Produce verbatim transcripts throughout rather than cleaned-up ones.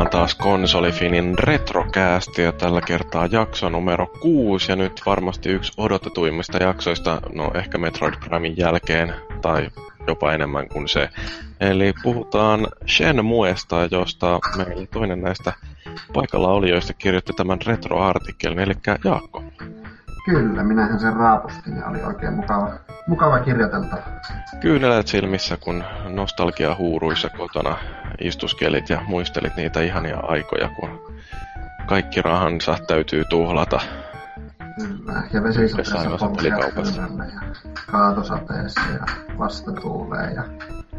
taas Konsolifinin retrocast ja tällä kertaa jakso numero kuusi ja nyt varmasti yksi odotetuimmista jaksoista, no ehkä Metroid Primein jälkeen tai jopa enemmän kuin se. Eli puhutaan Shenmuesta, josta meillä toinen näistä paikalla olijoista kirjoitti tämän retro-artikkelin, eli Jaakko. Kyllä, minähän sen raapustin ja oli oikein mukava, mukava kirjoiteltava. Kyynelät silmissä, kun nostalgia huuruissa kotona istuskelit ja muistelit niitä ihania aikoja, kun kaikki rahansa täytyy tuhlata. Kyllä, ja vesisateessa polkea kylmällä ja kaatosateessa ja vastatuuleen ja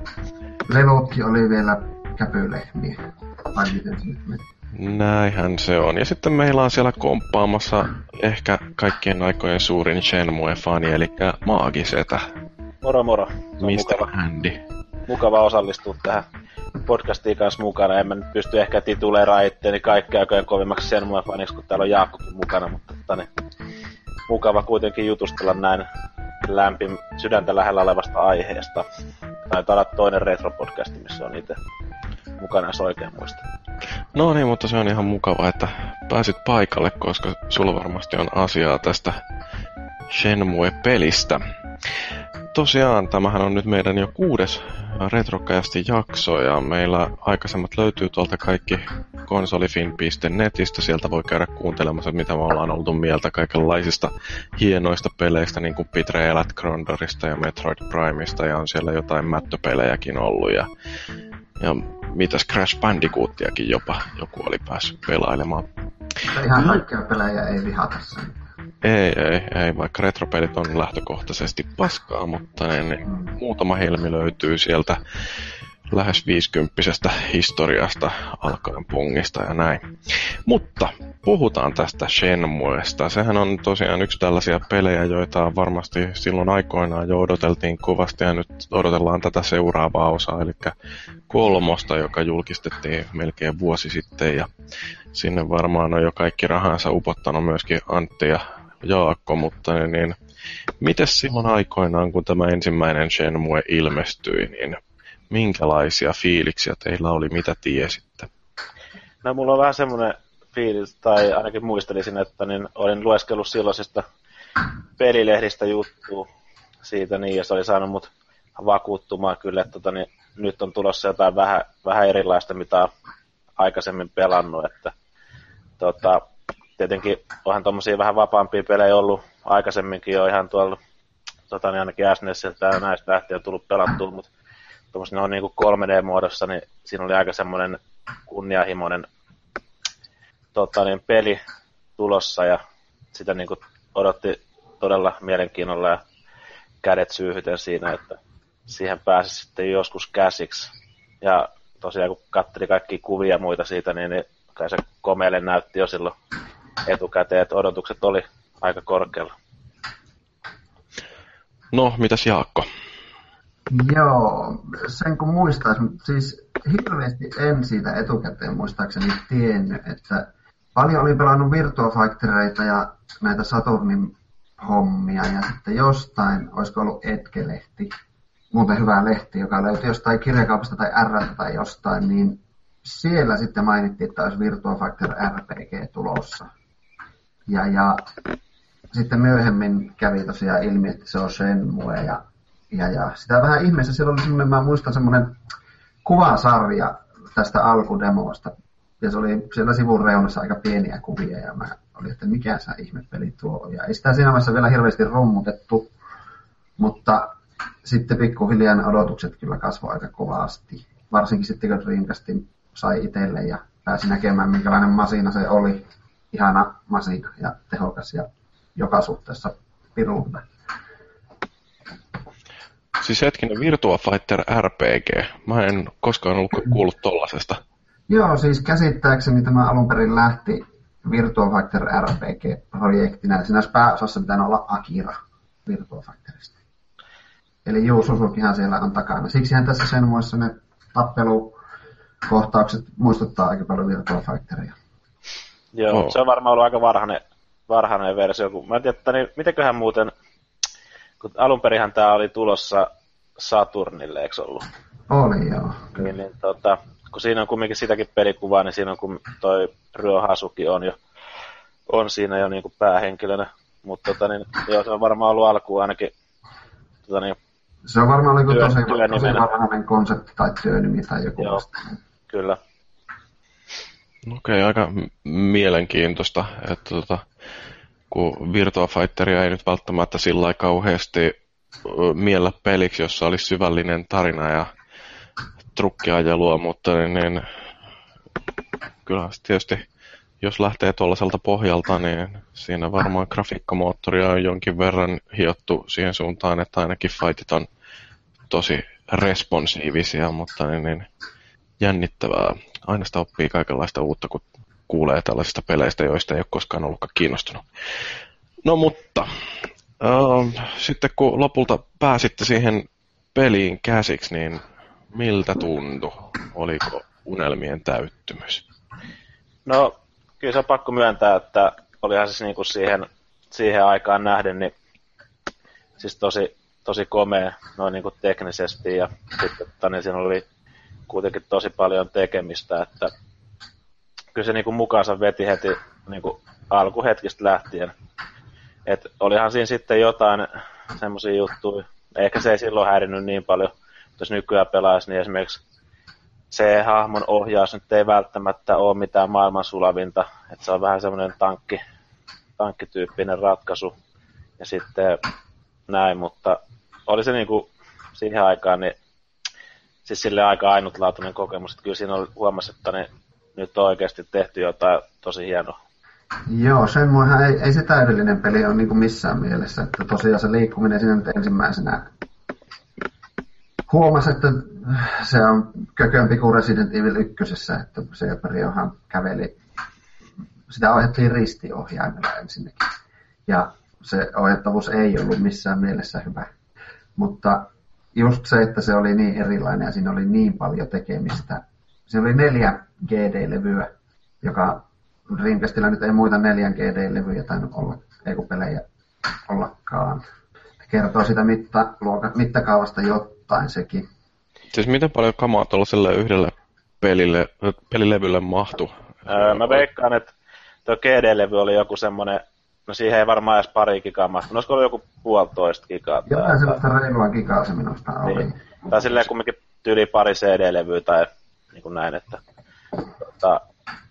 levotkin oli vielä käpylehmiä. Vai miten se nyt meni? Näinhän se on. Ja sitten meillä on siellä komppaamassa ehkä kaikkien aikojen suurin Shenmue-fani, eli Maagisetä. Moro moro. mister Handy. Mukava osallistua tähän podcastiin kanssa mukana. En mä nyt pysty ehkä tituleeraamaan itteeni kaikki aikojen kovimmaksi Shenmue-faniksi, kun täällä on Jaakkokin mukana, mutta tani, mukava kuitenkin jutustella näin lämpim sydäntä lähellä olevasta aiheesta. Taitaa olla toinen retro-podcasti, missä on itse mukana, jos oikein muistan. No niin, mutta se on ihan mukava, että pääsit paikalle, koska sulla varmasti on asiaa tästä Shenmue-pelistä. Tosiaan, tämähän on nyt meidän jo kuudes retrocastin jakso, ja meillä aikaisemmat löytyy tuolta kaikki konsolifin piste netistä. Sieltä voi käydä kuuntelemassa, mitä me ollaan oltu mieltä kaikenlaisista hienoista peleistä, niin kuin Betrayal Grounderista ja Metroid Primeista, ja on siellä jotain mättöpelejäkin ollut, ja, ja mitäs Crash Bandicootiakin jopa joku oli päässyt pelailemaan. Ihan kaikkia pelejä ei vihata sen. Ei, ei, ei, vaikka retropelit on lähtökohtaisesti paskaa, mutta ne, ne, muutama helmi löytyy sieltä lähes viisikymppisestä historiasta alkaen pongista ja näin. Mutta puhutaan tästä Shenmuesta. Sehän on tosiaan yksi tällaisia pelejä, joita varmasti silloin aikoinaan jo odoteltiin kovasti ja nyt odotellaan tätä seuraavaa osaa, eli kolmosta, joka julkistettiin melkein vuosi sitten ja sinne varmaan on jo kaikki rahansa upottanut myöskin Antti ja Jaakko, mutta niin, niin mites silloin aikoinaan, kun tämä ensimmäinen Shenmue ilmestyi, niin minkälaisia fiiliksiä teillä oli, mitä tiesitte? No mulla on vähän semmoinen fiilis, tai ainakin muistelisin, että niin olin lueskellut silloisesta pelilehdistä juttua siitä niin, ja se oli saanut mut vakuuttumaan kyllä, että tota, niin, nyt on tulossa jotain vähän, vähän erilaista, mitä on aikaisemmin pelannut, että tota, tietenkin onhan tommosia vähän vapaampia pelejä ollut aikaisemminkin jo ihan tuolla, tota, niin ainakin S N E S:ltä ja näistä lähtien on tullut pelattua, mutta tuommoisen on niin kuin kolme D-muodossa, niin siinä oli aika semmoinen kunnianhimoinen tota, niin peli tulossa ja sitä niin kuin odotti todella mielenkiinnolla ja kädet syyhyten siinä, että siihen pääsi sitten joskus käsiksi. Ja tosiaan kun katseli kaikkia kuvia ja muita siitä, niin, niin kai se komeelle näytti jo silloin etukäteen, että odotukset oli aika korkealla. No, mitäs Jaakko? Joo, sen kun muistais, siis hirveästi en siitä etukäteen muistaakseni tiennyt, että paljon oli pelannut Virtua Fightereita ja näitä Saturnin hommia ja sitten jostain, olisiko ollut Etkelehti, muuten hyvä lehti, joka löytyi jostain kirjakaupasta tai R:ltä tai jostain, niin siellä sitten mainittiin, että olisi Virtua Fighter R P G tulossa. Ja, ja sitten myöhemmin kävi tosiaan ilmi, että se on Shenmue ja Ja, ja sitä vähän ihmeessä, siellä oli semmoinen, mä muistan semmoinen kuvasarja tästä alkudemosta. Ja se oli siellä sivun reunassa aika pieniä kuvia ja mä olin, että mikä se ihmepeli tuo on. Ja ei sitä siinä vaiheessa vielä hirveästi rummutettu, mutta sitten pikkuhiljaa ne odotukset kyllä kasvoi aika kovasti. Varsinkin sitten kun Dreamcastin sai itselle ja pääsi näkemään minkälainen masina se oli. Ihana masina ja tehokas ja joka suhteessa pirun hyvä. Siis hetkinen, Virtua Fighter R P G. Mä en koskaan ollut kuullut tollasesta. Joo, siis käsittääkseni tämä alun perin lähti Virtua Fighter R P G-projektina. Siinä olisi pääosassa pitänyt olla Akira Virtua Fighterista. Eli Yu Suzukihan siellä on takana. Siksihän tässä sen muassa ne tappelukohtaukset muistuttaa aika paljon Virtua Fighteria. Joo, oh. Se on varmaan ollut aika varhainen, varhainen versio. Kun mä en tiedä, että niin, mitenköhän muuten... Kun alunperinhän tää oli tulossa Saturnille, eikö ollut? Oli, joo. Niin, niin tota, kun siinä on kumminkin sitäkin pelikuvaa, niin siinä on kun toi Ryo Hasuki on jo on siinä jo niinku päähenkilönä. Mutta tota, niin, joo, se on varmaan ollut alkuun ainakin tota, niin, se on varmaan ollut työ, tosi, tosi varhainen konsepti tai työnimi tai joku joo, vastaan. Kyllä. Okei, okay, aika mielenkiintoista, että tota, kun Virtua Fighteria ei nyt välttämättä sillä lailla kauheasti miellä peliksi, jossa olisi syvällinen tarina ja trukkiajelua, mutta niin, niin kyllä tietysti jos lähtee tuollaiselta pohjalta, niin siinä varmaan grafiikkamoottoria on jonkin verran hiottu siihen suuntaan, että ainakin fightit on tosi responsiivisia, mutta niin, niin jännittävää. Aina sitä oppii kaikenlaista uutta, kun kuulee tällaisista peleistä, joista ei ole koskaan ollutkaan kiinnostunut. No mutta, äh, sitten kun lopulta pääsitte siihen peliin käsiksi, niin miltä tuntui? Oliko unelmien täyttymys? No, kyllä se on pakko myöntää, että olihan siis niinku siihen, siihen aikaan nähden, niin siis tosi, tosi komea noin niinku teknisesti ja sitten niin siinä oli kuitenkin tosi paljon tekemistä, että kyllä se niinku mukaansa veti heti niinku alkuhetkistä lähtien. Et olihan siinä sitten jotain semmoisia juttuja, ehkä se ei silloin häirinnyt niin paljon, mutta jos nykyään pelaisi, niin esimerkiksi se hahmon ohjaus nyt ei välttämättä ole mitään maailman sulavinta, että se on vähän semmoinen tankki, tankkityyppinen ratkaisu ja sitten näin, mutta oli se niinku siihen aikaan niin siis sille aika ainutlaatuinen kokemus, että kyllä siinä oli, huomasi, että niin, nyt on oikeasti tehty jotain tosi hienoa. Joo, Shenmuehan ei, ei se täydellinen peli ole niin missään mielessä, että tosiaan se liikkuminen siinä nyt ensimmäisenä huomasi, että se on kökömpi kuin Resident Evil ykkösessä, että se Periohan käveli, sitä ohjattiin ristiohjaimella ensinnäkin, ja se ohjattavuus ei ollut missään mielessä hyvä, mutta just se, että se oli niin erilainen ja siinä oli niin paljon tekemistä. Siinä oli neljä G D-levyä, joka Dreamcastilla nyt ei muita neljän G D-levyjä tainnut olla, ei kun pelejä ollakaan. Kertoo sitä mitta, luoka, mittakaavasta jotain sekin. Siis miten paljon kamaa tuollaiselle yhdelle pelille, pelilevylle mahtui? Öö, mä veikkaan, että tuo G D-levy oli joku semmonen, no siihen ei varmaan edes pari gigaa mahtunut. Olisiko ollut joku puolitoista gigaa? Jotain sellaista reilua gigaa se minusta oli. Niin. Tai silleen kumminkin tyyli pari C D-levyä tai niin kuin näin, että tota,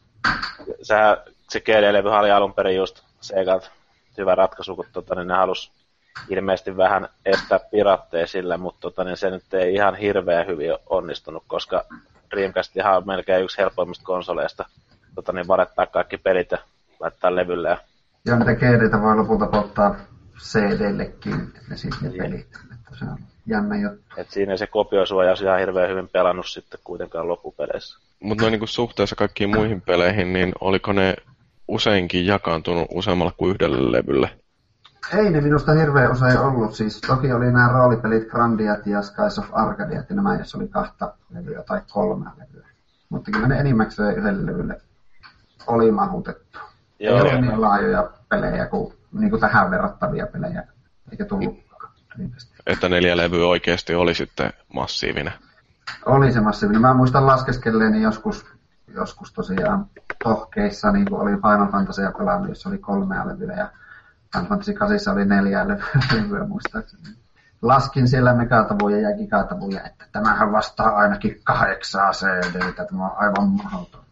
sehän, se G D-levy oli alun perin just Segalta hyvä ratkaisu, kun tota, niin ne halus ilmeisesti vähän estää piratteja sillä, mutta tota, niin se nyt ei ihan hirveän hyvin onnistunut, koska Dreamcastihan on melkein yksi helpoimmista konsoleista tota, niin varettaa kaikki pelit ja laittaa levylle. Ja joo, niitä G D:tä voi lopulta polttaa C D:llekin, ne siis ne pelit. Että se on jännä juttu. Et siinä se kopiosuojaus ihan hirveän hyvin pelannut sitten kuitenkaan loppupeleissä. Mutta noin niin suhteessa kaikkiin muihin peleihin, niin oliko ne useinkin jakaantunut useammalla kuin yhdelle levylle? Ei ne minusta hirveän usein ollut. Siis toki oli nämä roolipelit Grandiat ja Skies of Arcadiat, ja nämä jos oli kahta levyä tai kolmea levyä. Mutta kyllä ne enimmäkseen yhdelle levylle oli mahutettu. Joo, ei ole niin laajoja pelejä kuin, niin kuin tähän verrattavia pelejä, eikä tullutkaan. Että neljä levyä oikeasti oli sitten massiivinen. Oli se massiivinen. Mä muistan laskeskelleeni joskus, joskus tosiaan tohkeissa, niin kuin oli Final Fantasia pelannut, jossa oli kolmea levyä, ja Final Fantasy kahdeksan oli neljä levyä muistaakseni. Laskin siellä megatavuja ja gigatavuja, että tämähän vastaa ainakin kahdeksaa C D:tä, tämä on aivan mahdoton.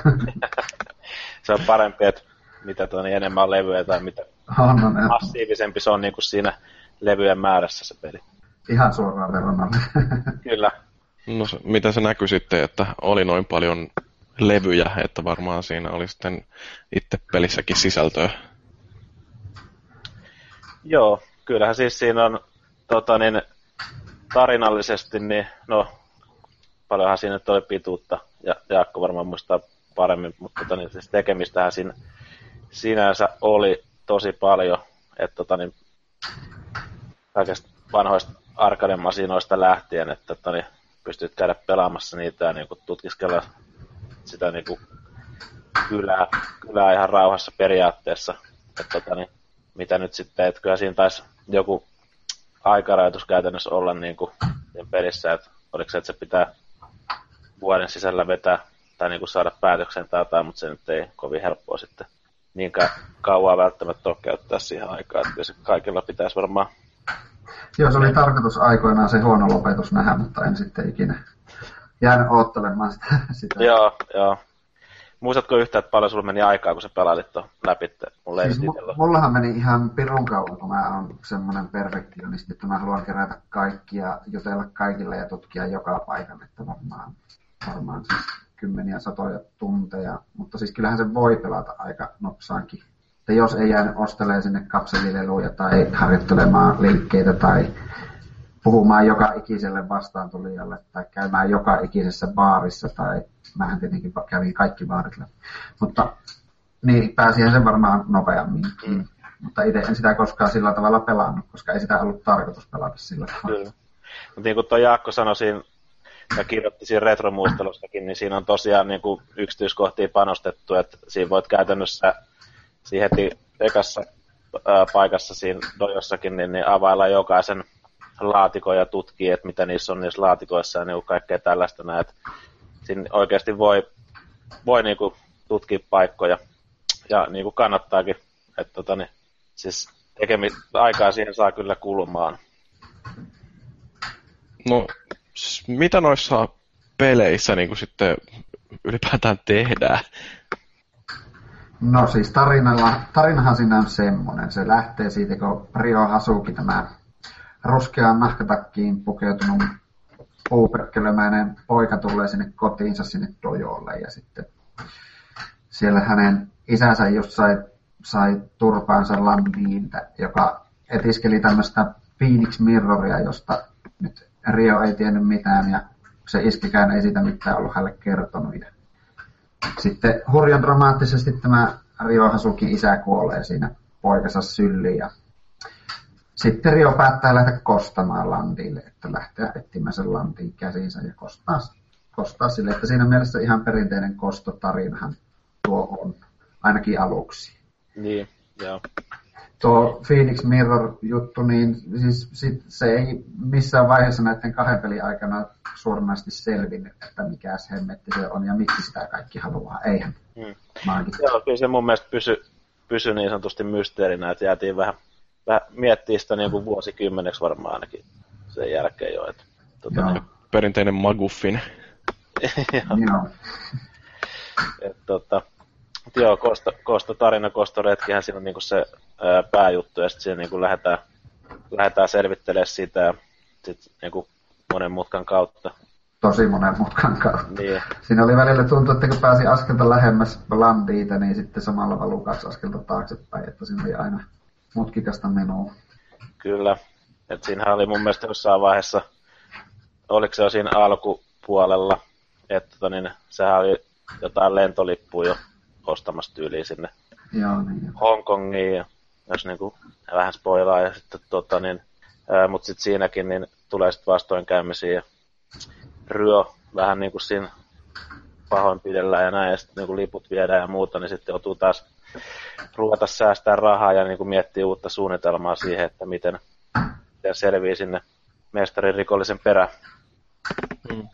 Se on parempi, että mitä tuo niin enemmän on levyjä tai mitä on, no, massiivisempi se on niin kuin siinä levyjen määrässä se peli. Ihan suoraan verrannolle. Kyllä. No se, mitä se näkyi sitten, että oli noin paljon levyjä, että varmaan siinä oli sitten itse pelissäkin sisältöä. Joo, kyllähän siis siinä on tota niin, tarinallisesti, niin no, paljonhan siinä nyt oli pituutta, ja Jaakko varmaan muistaa paremmin, mutta tota, niin, siis tekemistähän siinä sinänsä oli tosi paljon, että tota, niin, kaikista vanhoista arcade-masinoista lähtien, että tota, niin, pystyt käydä pelaamassa niitä ja niin kuin, tutkiskella sitä niin kuin, kylää, kylää ihan rauhassa periaatteessa, että tota, niin, mitä nyt sitten, että kyllä siinä taisi joku aikarajoitus käytännössä olla niin kuin pelissä, että oliko se, että se pitää vuoden sisällä vetää tai niin kuin saada päätöksen tai jotain, mutta se nyt ei kovin helppoa sitten niin kauan välttämättä ole käyttää siihen aikaa, että se kaikilla pitäisi varmaan... Joo, se oli tarkoitus aikoinaan se huono lopetus nähdä, mutta en sitten ikinä jäänyt oottelemaan sitä. sitä. Joo, joo. Muistatko yhtään, että paljon sulla meni aikaa, kun sä pelailit tuon läpi? Mulla siis m- mullahan meni ihan pirun kauan, kun mä oon semmoinen perfektionisti, että mä haluan kerätä kaikkia, jutella kaikille ja tutkia joka paikan, että varmaan, varmaan siis kymmeniä satoja tunteja. Mutta siis kyllähän se voi pelata aika nopsaankin. Että jos ei jäänyt ostelemaan sinne kapselileluja tai harjoittelemaan liikkeitä tai puhumaan joka ikiselle vastaantulijalle tai käymään joka ikisessä baarissa tai mähän tietenkin kävin kaikki baarit läpi. Mutta niin, pääsihän sen varmaan nopeamminkin. Mm. Mutta itse en sitä koskaan sillä tavalla pelannut, koska ei sitä ollut tarkoitus pelata sillä tavalla. Kyllä. Mutta niin kuin tuo Jaakko sanoi siinä, ja kirjoitti siinä retromuistelussakin, niin siinä on tosiaan niin kuin yksityiskohtia panostettu, että siinä voit käytännössä siinä heti ekassa ää, paikassa siinä dojossakin, niin, niin availla jokaisen laatikon ja tutkii, että mitä niissä on niissä laatikoissa ja niin kaikkea tällaista näin. Siinä oikeasti voi, voi niin kuin tutkia paikkoja ja niin kuin kannattaakin. Että tota, niin, siis tekemi- aikaa siihen saa kyllä kulumaan. No, mitä noissa peleissä niin kuin sitten ylipäätään tehdään? No siis tarinalla, tarinahan siinä on semmoinen. Se lähtee siitä, kun Ryo Hazuki, tämä ruskeaan nahkatakkiin pukeutunut puuperkkelömäinen poika tulee sinne kotiinsa sinne dojolle ja sitten siellä hänen isänsä just sai, sai turpaansa Landiintä, joka etiskeli tämmöistä Phoenix Mirroria, josta nyt Rio ei tiennyt mitään ja se iskikään ei siitä mitään ollut hänelle kertonut. Ja sitten hurjan dramaattisesti tämä Ryo Hazukin isä kuolee siinä poikansa syliin ja sitten Rio päättää lähteä kostamaan Landille, että lähtee etsimään sen Landin käsinsä ja kostaa, kostaa sille, että siinä mielessä ihan perinteinen kostotarinahan tuo on, ainakin aluksi. Niin, joo. Tuo Phoenix Mirror-juttu, niin siis sit se ei missään vaiheessa näiden kahden pelin aikana suoranaisesti selvinnyt, että mikä hemmetti se on ja miksi sitä kaikki haluaa. Eihän. Hmm. Joo, kyllä se mun mielestä pysyi pysy niin sanotusti mysteerinä, että jäätiin vähän Vähän miettii sitä niin kuin vuosikymmeneksi varmaan ainakin sen jälkeen jo. Että, tuota, niin. Perinteinen MacGuffin. Joo. Et, tota, joo, Kosto, Kosto tarina, Kosto retkihän siinä on niin kuin se ää, pääjuttu, ja sitten siinä niin kuin lähdetään, lähdetään selvittelemään sitä ja sit, niin kuin monen mutkan kautta. Tosi monen mutkan kautta. Niin. Siinä oli välillä tuntuu, että kun pääsi askelta lähemmäs Landiita, niin sitten samalla valuu kaksi askelta taaksepäin, että siinä oli aina mutkikasta menoa. Kyllä. Et siinähän oli mun mielestä jossain vaiheessa, oliko se jo siinä alkupuolella, että tota, niin, sehän oli jotain lentolippuja jo ostamassa tyyliin sinne Joo, niin. Hongkongiin, ja jos niinku vähän spoilaa, ja sitten tota niin, ää, mut sit siinäkin niin tulee sit vastoinkäymisiä, ja Ryö vähän niinku siinä pahoinpidellään ja näin, ja sitten niinku liput viedään ja muuta, niin sitten joutuu taas ruveta säästää rahaa ja niin kuin miettiä uutta suunnitelmaa siihen, että miten, miten selvii sinne mestarin rikollisen perään. Hmm.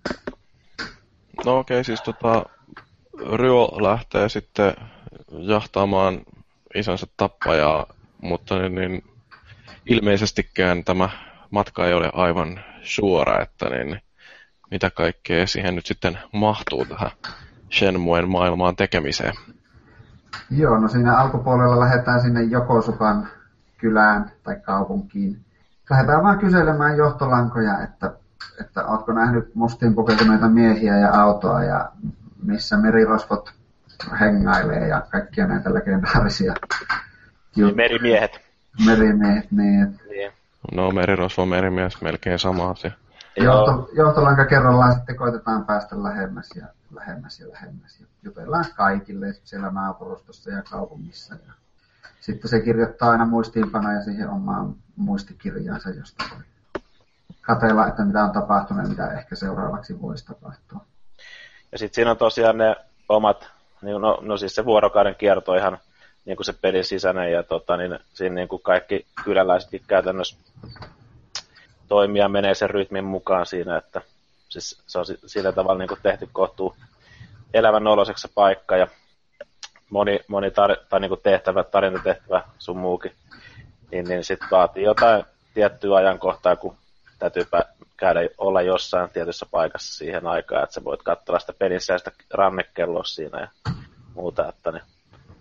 No okei, okay, siis tota, Ryo lähtee sitten jahtaamaan isänsä tappajaa, mutta niin, niin, ilmeisestikään tämä matka ei ole aivan suora, että niin, mitä kaikkea siihen nyt sitten mahtuu tähän Shenmuen maailmaan tekemiseen. Joo, no siinä alkupuolella lähdetään sinne Yokosukan kylään tai kaupunkiin. Lähdetään vaan kyselemään johtolankoja, että, että ootko nähnyt mustiin pukeutuneita miehiä ja autoa ja missä merirosvot hengailee ja kaikkia näitä legendaarisia juttuja. Merimiehet. Merimiehet, niin. niin. No merirosvo, merimies, melkein sama asia. Johto, johtolanka kerrallaan sitten koitetaan päästä lähemmäs ja lähemmäs ja lähemmäs. Ja jutellaan kaikille siellä naapurustossa ja kaupungissa. Ja sitten se kirjoittaa aina muistiinpanoja siihen omaan muistikirjaansa, josta voi katsella, että mitä on tapahtunut ja mitä ehkä seuraavaksi voisi tapahtua. Ja sitten siinä on tosiaan ne omat, no, no siis se vuorokauden kierto ihan niin kuin se pelin sisäinen ja tota, niin siinä niin kuin kaikki kyläläisetkin käytännössä toimia menee sen rytmin mukaan siinä, että siis se on sillä tavalla niin kuin tehty kohtuu elävän oloiseksi se paikka ja moni, moni tar- tai niin kuin tehtävä, tarinatehtävä sun muukin, niin, niin sitten vaatii jotain tiettyä ajankohtaa, kun täytyy käydä olla jossain tietyssä paikassa siihen aikaan, että sä voit katsella sitä pelin sisäistä rannekelloa siinä ja muuta, että niin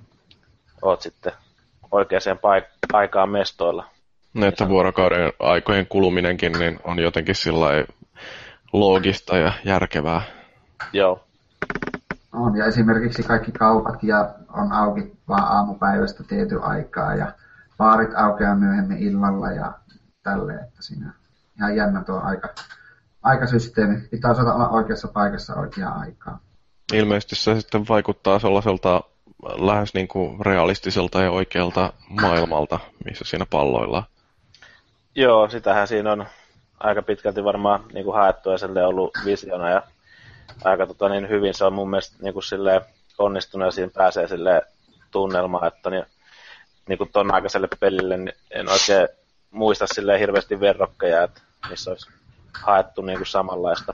oot sitten oikeaan paik- aikaan mestoilla. No, että vuorokauden aikojen kuluminenkin niin on jotenkin sillai loogista ja järkevää. Joo. On, ja esimerkiksi kaikki kaupat ja on auki vaan aamupäivästä tietyn aikaa ja baarit aukeaa myöhemmin illalla ja tälleen, että siinä ihan jännä tuo aika, aikasysteemi. Pitää osata olla oikeassa paikassa oikeaan aikaan. Ilmeisesti se sitten vaikuttaa sellaiselta lähes niin kuin realistiselta ja oikealta maailmalta, missä siinä palloillaan. Joo, sitähän siinä on aika pitkälti varmaan niin kuin haettu ja silleen ollut visiona ja aika tota, niin hyvin se on mun mielestä niin kuin silleen onnistunut ja siinä pääsee silleen tunnelmaan, että niin, niin kuin ton aikaiselle pelille niin en oikein muista silleen hirveästi verrokkeja, että missä olisi haettu niin kuin samanlaista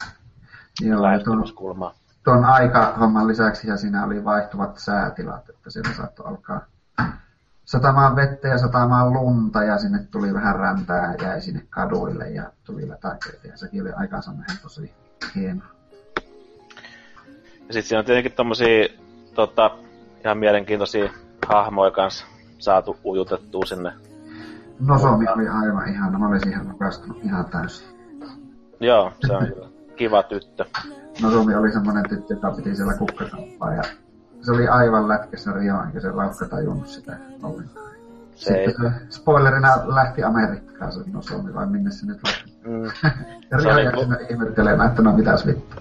lähestymiskulmaa. Tuon aikahomman lisäksi ja siinä oli vaihtuvat säätilat, että siellä saattoi alkaa satamaan vettä ja satamaan lunta ja sinne tuli vähän räntää ja jäi sinne kaduille ja tuli lätäköitä ja sekin oli aikansa vähän tosi hienoa. Ja sitten siinä on tietenkin tommosia tota, ihan mielenkiintoisia hahmoja kanssa saatu ujutettua sinne. Nozomi oli aivan ihana, mä olisin ihan rakastunut ihan täysin. Joo, se on kyllä kiva tyttö. Nozomi oli semmonen tyttö, joka piti siellä kukkakauppaa ja se oli aivan lätkässä Rio, eikä se laukka tajunnut sitä ollenkaan. Se Sitten ei... se spoilerina lähti Amerikkaan se Nozomi, vai minne se nyt lähti. Mm. Ja Rio jäi sinne ihmettelemään, että no mitäs vittu.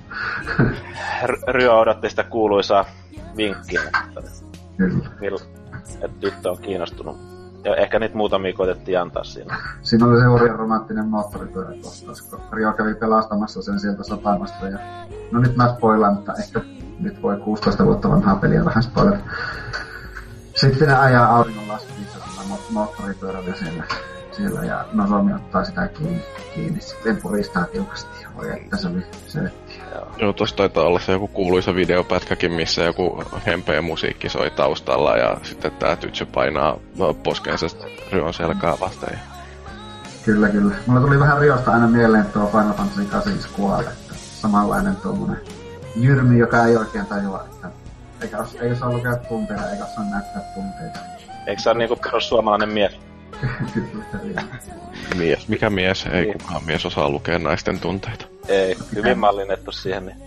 Rio odotti sitä kuuluisaa vinkkiä, että, Kyllä. että tyttö on kiinnostunut. Ja ehkä niitä muutamia koitettiin antaa siinä. Siinä oli se hurjan romanttinen moottoripyöräkohtaus, kun Rio kävi pelastamassa sen sieltä satamasta. Ja... No nyt mä spoilaan, mutta ehkä nyt voi kuusitoista vuotta vanhaa peliä vähän spoilata. Sitten ne ajaa auringonlaskuvissa sillä moottoripyörällä siellä, siellä ja Nozomi ottaa sitä kiinni. kiinni. Sitten puristaa tiukasti ja voi että se oli sööttiä. Joo, tossa taitaa olla se joku kuuluisa videopätkäkin, missä joku hempeä musiikki soi taustalla ja sitten tää tytsö painaa poskensa Rion selkää vastaan. Kyllä, kyllä. Mulla tuli vähän Riosta aina mieleen tuo Final Fantasy kahdeksan Squall, että samanlainen tuommoinen jyrmi, joka ei oikein tajua, että eikä os, ei osaa lukea tunteita, eikä osaa näyttää tunteita. Eikö se ole niinku perussuomalainen mies? Kyllä, mies. Mikä mies? Ei niin. Kukaan mies osaa lukea naisten tunteita. Ei, hyvin mallinnettu siihen. Niin.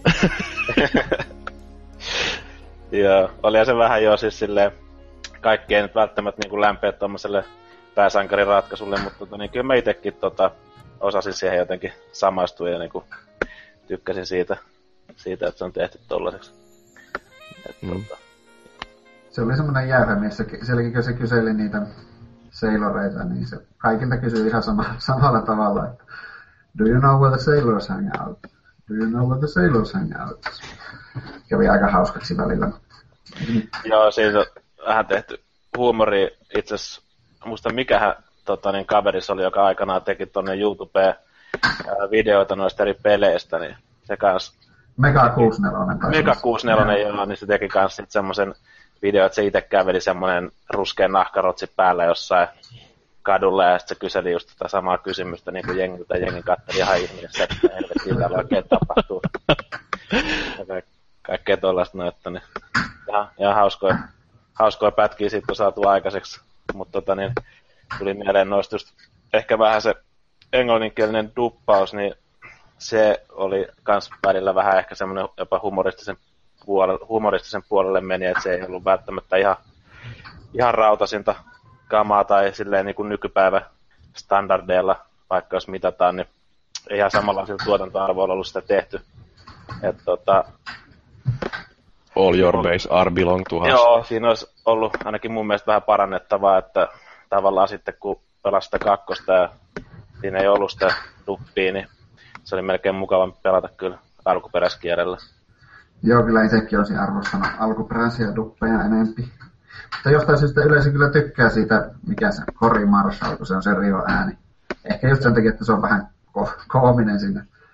Joo, oli se vähän jo siis silleen, kaikki ei nyt välttämättä niinku lämpeä tommoselle pääsankarin ratkaisulle, mutta tota, niin kyllä mä itekin tota, osasin siihen jotenkin samaistua ja niinku tykkäsin siitä, siitä, että se on tehty tollaiseksi. Et, mm. tota... Se oli semmoinen jäyhämies, sielläkin kun se kyseli niitä seiloreita, niin se kaikilta kysyi ihan sama, samalla tavalla, että do you know where the sailors hang out? Do you know where the sailors hang out? Kävi aika hauskaksi välillä. Joo, siinä on vähän tehty huumoria. Itse asiassa, muista mikähän tota, niin kaverissa oli, joka aikanaan teki tonne YouTubeen ää, videoita noista eri peleistä, niin se kans... Mega kuusikymmentäneljä. Mega kuusikymmentäneljä, joo, niin se teki kans sit semmosen video, että se ite käveli semmonen ruskea nahkarotsi päällä jossain kadulla ja sitten se kyseli just tätä samaa kysymystä niin kuin jengiltä. Jengin katteli ihan ihmeessä, että helvettiin täällä oikein tapahtuu. Ja kaik- kaikkea tollaista näyttä, niin ihan, ihan hauskoja, hauskoja pätkiä siitä on saatu aikaiseksi. Mutta tota niin, tuli mieleen noista just ehkä vähän se englanninkielinen duppaus, niin se oli kans välillä vähän ehkä semmoinen jopa humoristisen puolelle, humoristisen puolelle meni, että se ei ollut välttämättä ihan, ihan rautasinta kamaa tai silleen niin kuin nykypäivä standardeilla, vaikka jos mitataan, niin ei ihan samanlaisilla tuotantoarvoilla ollut sitä tehty. Et, tota, all your base are belong to us. Joo, siinä olisi ollut ainakin mun mielestä vähän parannettavaa, että tavallaan sitten kun pelasi sitä kakkosta ja siinä ei ollut sitä duppia, niin se oli melkein mukavampi pelata kyllä alkuperäiskierrellä. Joo, kyllä itsekin olisin arvostanut alkuperäisiä duppeja enempi. Mutta jostain syystä yleisö kyllä tykkää siitä, mikä se Cory Marshall, kun se on se Rio ääni. Ehkä just sen takia, että se on vähän ko- koominen siinä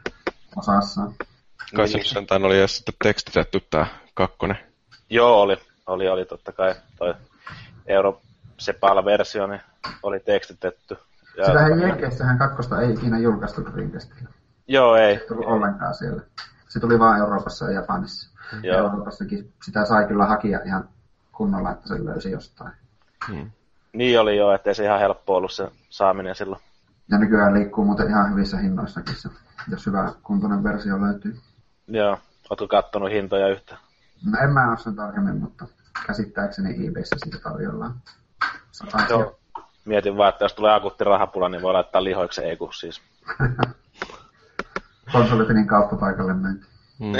osassa. Kai se nyt sentään oli edes sitten tekstitetty tää kakkonen. Joo, oli. Oli, oli totta kai. Toi Euro se P A L-versio niin oli tekstitetty. Ja sitähän Jenkeissähän kakkosta ei ikinä julkaistu Dreamcastilla. Joo, ei. Se tuli ollenkaan siellä. Se tuli vaan Euroopassa ja Japanissa. Ja Euroopassakin sitä sai kyllä hakia ihan kunnolla, että se löysi jostain. Hmm. Niin oli jo, ettei se ihan helppo ollut se saaminen silloin. Ja nykyään liikkuu muuten ihan hyvissä hinnoissakin se, jos hyvä kuntoinen versio löytyy. Joo. Ootko kattonut hintoja yhtään? No en mä ole sen tarkemmin, mutta käsittääkseni eBayssä siitä tarjollaan. Joo. Mietin vaan, että jos tulee akuutti rahapula, niin voi laittaa lihoiksi ei kun siis. Konsolifinin kauppapaikalle myynti. Mm.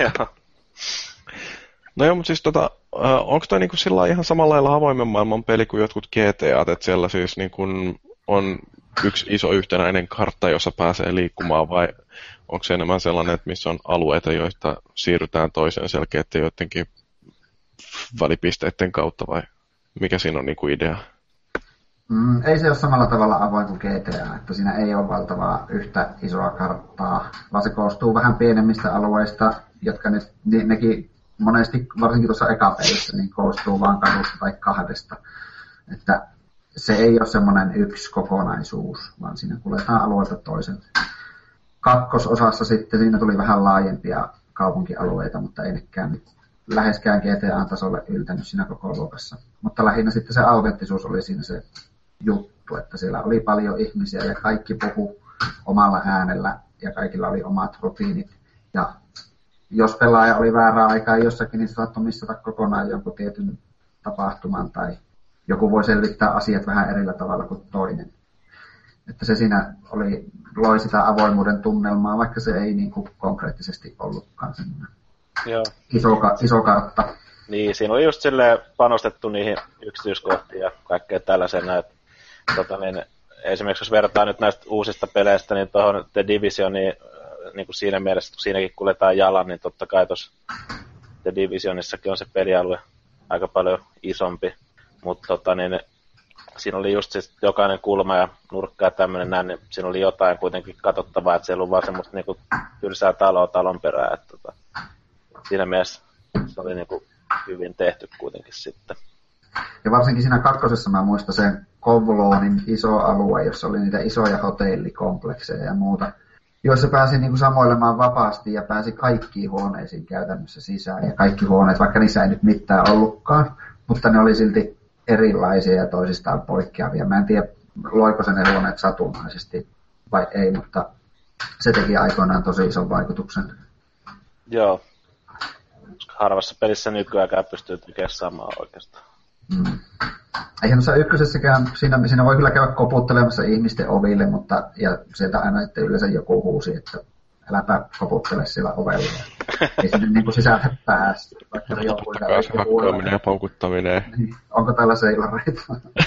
No joo, mutta siis tota, onko toi niinku sillä ihan samalla lailla avoimen maailman peli kuin jotkut G T A:t, että siellä siis niinku on yksi iso yhtenäinen kartta, jossa pääsee liikkumaan, vai onko se enemmän sellainen, että missä on alueita, joista siirrytään toiseen selkeästi joidenkin välipisteiden kautta, vai mikä siinä on niinku idea? Mm, ei se ole samalla tavalla avoin kuin G T A, että siinä ei ole valtavaa yhtä isoa karttaa, vaan se koostuu vähän pienemmistä alueista, jotka nyt, ne, nekin monesti, varsinkin tuossa ekapelissä, niin koostuu vaan kadusta tai kahdesta. Että se ei ole semmoinen yksi kokonaisuus, vaan siinä kuljetaan alueelta toisen. Kakkososassa sitten siinä tuli vähän laajempia kaupunkialueita, mutta ei nekään nyt läheskään G T A-tasolle yltänyt siinä koko luokassa. Mutta lähinnä sitten se autenttisuus oli siinä se juttu, että siellä oli paljon ihmisiä ja kaikki puhu omalla äänellä ja kaikilla oli omat rutiinit. Ja jos pelaaja oli väärää aikaa jossakin, niin saattoi missata kokonaan jonkun tietyn tapahtuman tai joku voi selvittää asiat vähän erillä tavalla kuin toinen. Että se siinä oli, loi sitä avoimuuden tunnelmaa, vaikka se ei niin kuin konkreettisesti ollutkaan semmoinen iso, iso kartta. Niin, siinä oli just silleen panostettu niihin yksityiskohtiin ja kaikkea tällaisena, että tota, niin, esimerkiksi jos vertaa nyt näistä uusista peleistä, niin tuohon The Divisioniin, niin kuin siinä mielessä, kun siinäkin kuljetaan jalan, niin totta kai tuossa The Divisionissakin on se pelialue aika paljon isompi, mutta tota, niin, siinä oli just siis jokainen kulma ja nurkka ja tämmöinen näin, niin siinä oli jotain kuitenkin katsottavaa, että siellä on vaan semmoista niin kuin tylsää taloa talon perää, että tota, siinä mielessä se oli niin kuin hyvin tehty kuitenkin sitten. Ja varsinkin siinä kakkosessa mä muistan sen Kowloonin iso alue, jossa oli niitä isoja hotellikomplekseja ja muuta, joissa pääsi niin kuin samoilemaan vapaasti ja pääsi kaikkiin huoneisiin käytännössä sisään. Ja kaikki huoneet, vaikka niissä ei nyt mitään ollutkaan, mutta ne oli silti erilaisia ja toisistaan poikkeavia. Mä en tiedä, loiko se ne huoneet satunnaisesti vai ei, mutta se teki aikoinaan tosi ison vaikutuksen. Joo. Harvassa pelissä nykyäänkään pystyy tekemään samaa oikeastaan. Mm. Eihän tuossa ykkösessäkään, siinä, siinä voi kyllä käydä koputtelemassa ihmisten oville, mutta ja sieltä aina sitten yleensä joku huusi, että äläpä koputtele siellä ovella. Ei sinne niin kuin sisälle päästä. Vaikka se joku hakkaaminen ja paukuttaminen. Niin. Onko täällä seilareita?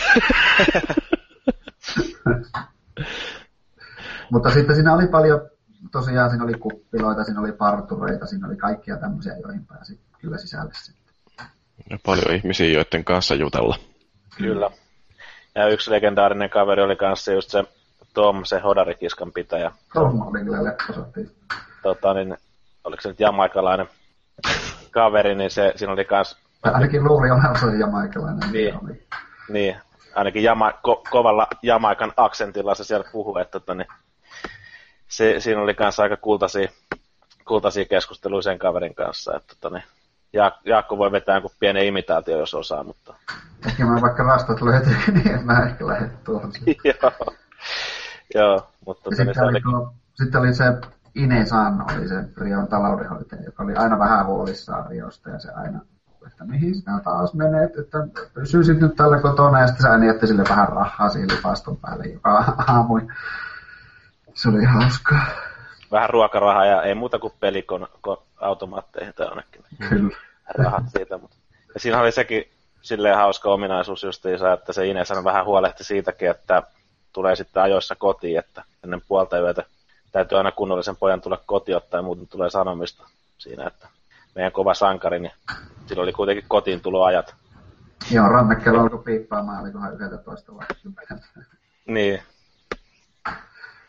Mutta sitten siinä oli paljon, tosiaan siinä oli kuppiloita, siinä oli partureita, siinä oli kaikkia tämmöisiä, joihin pääsi kyllä sisälle sitten. Ja paljon ihmisiä, joiden kanssa jutella. Kyllä. Ja yksi legendaarinen kaveri oli kanssa just se Tom, se hodarikiskan pitäjä. Tom oli kyllä lepposottiin. Tota, niin, oliko se nyt jamaikalainen kaveri, niin se, siinä oli kans... Ainakin luuli olevansa jamaikalainen. Niin, niin, ainakin jama, ko, kovalla jamaikan aksentilla se siellä puhui, että tota, niin, se, siinä oli kans aika kultaisia, kultaisia keskusteluja sen kaverin kanssa, että tota, niin, Ja, Jaakko voi vetää joku pienen imitaatio, jos osaa, mutta... Ehkä mä vaikka rastat löytyy, niin en mä ehkä lähde tuohon. Joo, Joo, mutta... Sitten, oli ainakin... tuo, sitten oli se Ine-san, oli se Rion taloudenhoitaja, joka oli aina vähän huolissaan Riosta, ja se aina, että mihin sinä taas menet, että pysyisit nyt tällä kotona, ja sitten se aina jätti sille vähän rahaa siihen lipaston päälle joka aamu. Se oli hauskaa. Vähän ruokarahaa ja ei muuta kuin peliautomaatteihin tai ainakin. Kyllä. Rahat siitä, mutta... Ja siinä oli sekin silleen hauska ominaisuus justiinsa, että se Ines vähän huolehti siitäkin, että tulee sitten ajoissa kotiin, että ennen puolta yötä täytyy aina kunnollisen pojan tulla kotiin ottaa ja muuten tulee sanomista siinä, että meidän kova sankari, niin sillä oli kuitenkin kotiin tuloajat. Joo, rannekello alkoi piippaamaan, olikohan yksitoista vai kymmenen. Niin.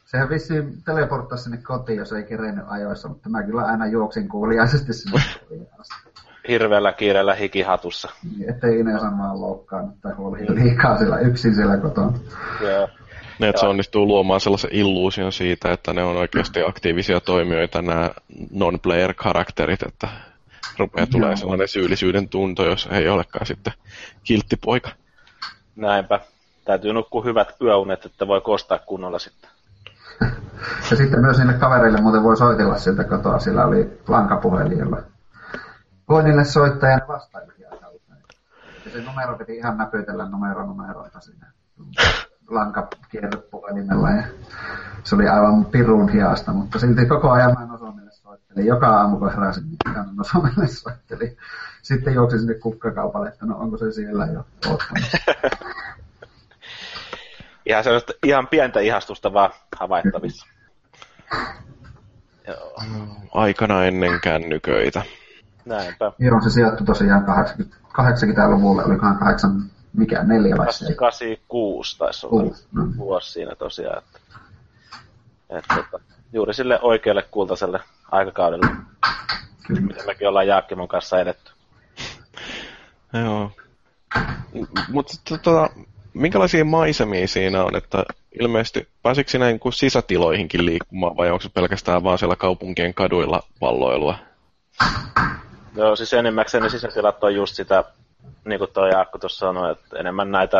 Sehän vissiin teleporttasi sinne kotiin, jos ei kerennyt ajoissa, mutta mä kyllä aina juoksin kuuliaisesti sinne kotiin asti. Hirveällä kiireellä hikihatussa. Niin, ettei Ines vaan loukkaannut tai huoli liikaa siellä yksin siellä kotona. Joo. Ne, että se onnistuu luomaan sellaisen illuusion siitä, että ne on oikeasti aktiivisia toimijoita, nämä non-player-karakterit, että rupeaa tulee sellainen syyllisyyden tunto, jos ei olekaan sitten kilttipoika. Näinpä. Täytyy nukkua hyvät yöunet, että voi kostaa kunnolla sitten. Ja sitten myös niille kavereille muuten voi soitella sieltä kotoa, sillä oli lankapuhelin, jolla voi niille soittaa ja ne vastailikin aika usein. Ja se numero piti ihan näpytellä numero numeroita siinä lankakierrepuhelimella. Ja se oli aivan pirun hiasta, mutta silti koko ajan mä Nosomille soittelin. Joka aamu kun heräsin, niin Nosomille soittelin. Sitten juoksin sinne kukkakaupalle, että no onko se siellä jo ottamassa. Ihan sellaista ihan pientä ihastusta vaan havaittavissa. Joo. Aikana ennen kännyköitä. Näinpä. Joo, se sijoittui tosiaan kahdeksankymmentäluvulle, olikohan kahdeksan, mikä, neljä vai se? kahdeksankymmentäkuusi taisi olla Kuusi. vuosi siinä tosiaan. Että, että, että, juuri sille oikealle kultaiselle aikakaudelle. Kyllä. Mekin ollaan Jaakkimon kanssa edetty. Joo. Mutta tota, minkälaisia maisemia siinä on, että ilmeisesti pääsikö siinä niin kuin sisätiloihinkin liikkumaan vai onko se pelkästään vaan siellä kaupunkien kaduilla palloilua? Joo, siis enimmäkseen ne sisätilat on just sitä, niin kuin tuo Jaakko tuossa sanoi, että enemmän näitä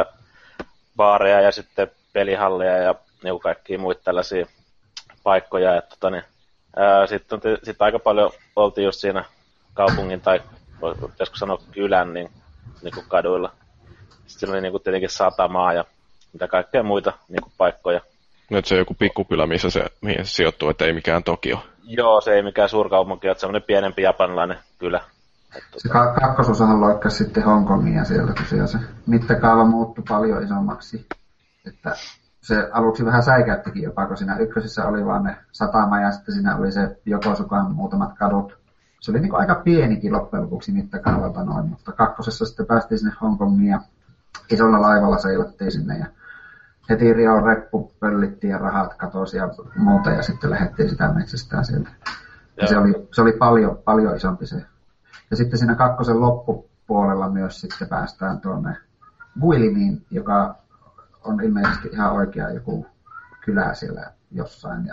baareja ja sitten pelihalleja ja niin kaikkia muita tällaisia paikkoja. Että, tota, niin, sitten sit aika paljon oltiin just siinä kaupungin tai pitäisikö sanoa kylän niin, niin kuin kaduilla. Sitten oli niin kuin tietenkin satamaa ja mitä kaikkea muita niin kuin paikkoja. Nyt se on joku pikkukylä, missä se, mihin se sijoittuu, että ei mikään Tokio. Joo, se ei mikään suurkaupunki, että semmoinen pienempi japanilainen kylä. Että, se ka- kakkososahan loikkasi sitten Hongkongia siellä tosiaan. Se mittakaava muuttui paljon isommaksi. Että se aluksi vähän säikäyttikin jopa, kun siinä ykkösessä oli vaan ne satama ja sitten siinä oli se Yokosukan muutamat kadut. Se oli niin kuin aika pienikin loppujen lopuksi mittakaavalta noin, mutta kakkosessa sitten päästiin sinne Hongkongiin ja isolla laivalla seilattiin sinne ja heti Rion reppu pöllittiin ja rahat katosi ja muuta ja sitten lähdettiin sitä metsästään sieltä. Ja se oli, se oli paljon, paljon isompi se. Ja sitten siinä kakkosen loppupuolella myös sitten päästään tuonne Guiliniin, joka on ilmeisesti ihan oikea joku kylä siellä jossain. Ja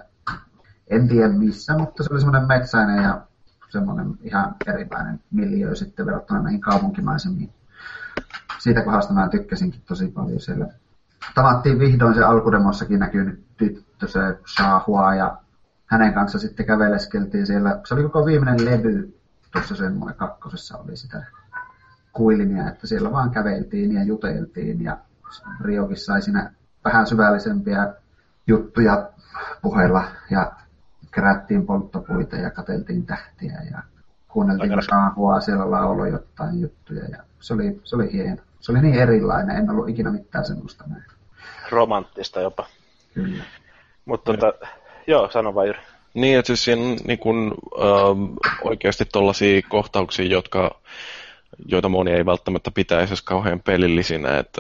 en tiedä missä, mutta se oli semmoinen metsäinen ja semmoinen ihan erilainen miljöö sitten verrattuna näihin kaupunkimaisemiin. Siitä kohdasta mä tykkäsinkin tosi paljon siellä. Tavattiin vihdoin se alkudemossakin näkynyt tyttö, se Shahua, ja hänen kanssa sitten käveleskeltiin siellä. Se oli koko viimeinen levy tuossa semmoinen kakkosessa oli sitä Guilinia, että siellä vaan käveltiin ja juteltiin ja Riokin sai siinä vähän syvällisempiä juttuja puheilla ja kerättiin polttopuita ja katseltiin tähtiä ja kuunneltiin Shahua, siellä lauloi jotain juttuja ja se oli, se oli hieno. Se oli niin erilainen, en ollut ikinä mitään semmoista näin. Romanttista jopa. Kyllä. Mutta tota, joo, sano vaan Jyri. Niin, että siis siinä niin kun, ähm, oikeasti tollaisia kohtauksia, jotka, joita moni ei välttämättä pitäisi edes kauhean pelillisinä, että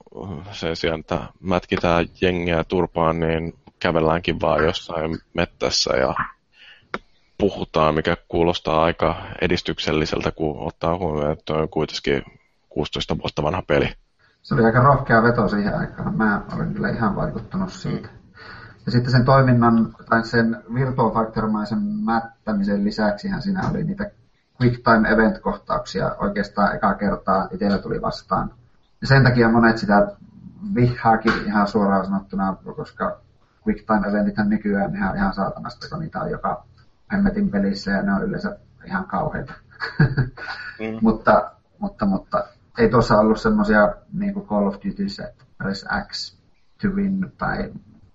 sen sijaan, että mätkitään jengiä turpaan, niin kävelläänkin vaan jossain mettässä ja puhutaan, mikä kuulostaa aika edistykselliseltä, kun ottaa huomioon, että on kuitenkin kuusitoista vuotta vanha peli. Se oli aika rohkea veto siihen aikaan. Mä olin kyllä ihan vaikuttunut siitä. Ja sitten sen toiminnan, tai sen Virtua Fighter-maisen mättämisen lisäksihän siinä oli niitä Quick Time Event-kohtauksia oikeastaan ekaa kertaa itsellä tuli vastaan. Ja sen takia monet sitä vihaakin ihan suoraan sanottuna, koska Quick Time Eventithän nykyään ihan, ihan saatanasta, kun niitä on joka hemmetin pelissä ja ne on yleensä ihan kauheita. Mm. mutta, mutta, mutta ei tuossa ollut semmosia niin kuin Call of Dutyssä, että press X to win tai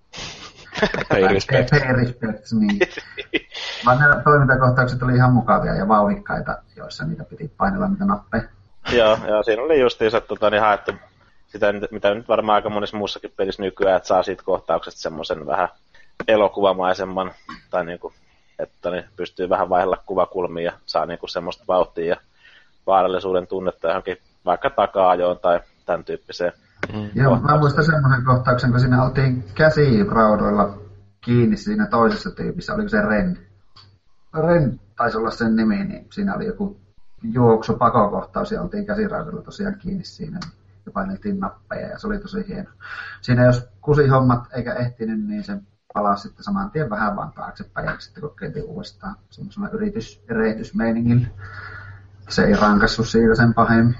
pay respect. Pay respect, niin. Vaan ne toimintakohtaukset oli ihan mukavia ja vauhikkaita, joissa niitä piti painella niitä nappeja. Joo, ja siinä oli justiinsa tota, niin haettu sitä, mitä nyt varmaan aika monessa muussakin pelissä nykyään, että saa siitä kohtauksesta semmoisen vähän elokuvamaisemman, tai niinku, että niin pystyy vähän vaihella kuvakulmia ja saa niinku semmoista vauhtia ja vaarallisuuden tunnetta johonkin vaikka taka-ajoon tai tämän tyyppiseen. Mm. Joo, mä muistan semmoisen kohtauksen, kun siinä oltiin käsiraudoilla kiinni siinä toisessa tyypissä, oliko se Ren? Ren taisi olla sen nimi, niin siinä oli joku juoksu pakokohtaus ja oltiin käsiraudalla tosiaan kiinni siinä ja paineltiin nappeja ja se oli tosi hieno. Siinä jos kusi hommat eikä ehtinyt, niin se palasi sitten saman tien vähän vaan taaksepäin ja sitten kokeiltiin uudestaan semmoisena yritys- ja reitysmeiningillä. Se ei rankassu siitä sen pahemmin.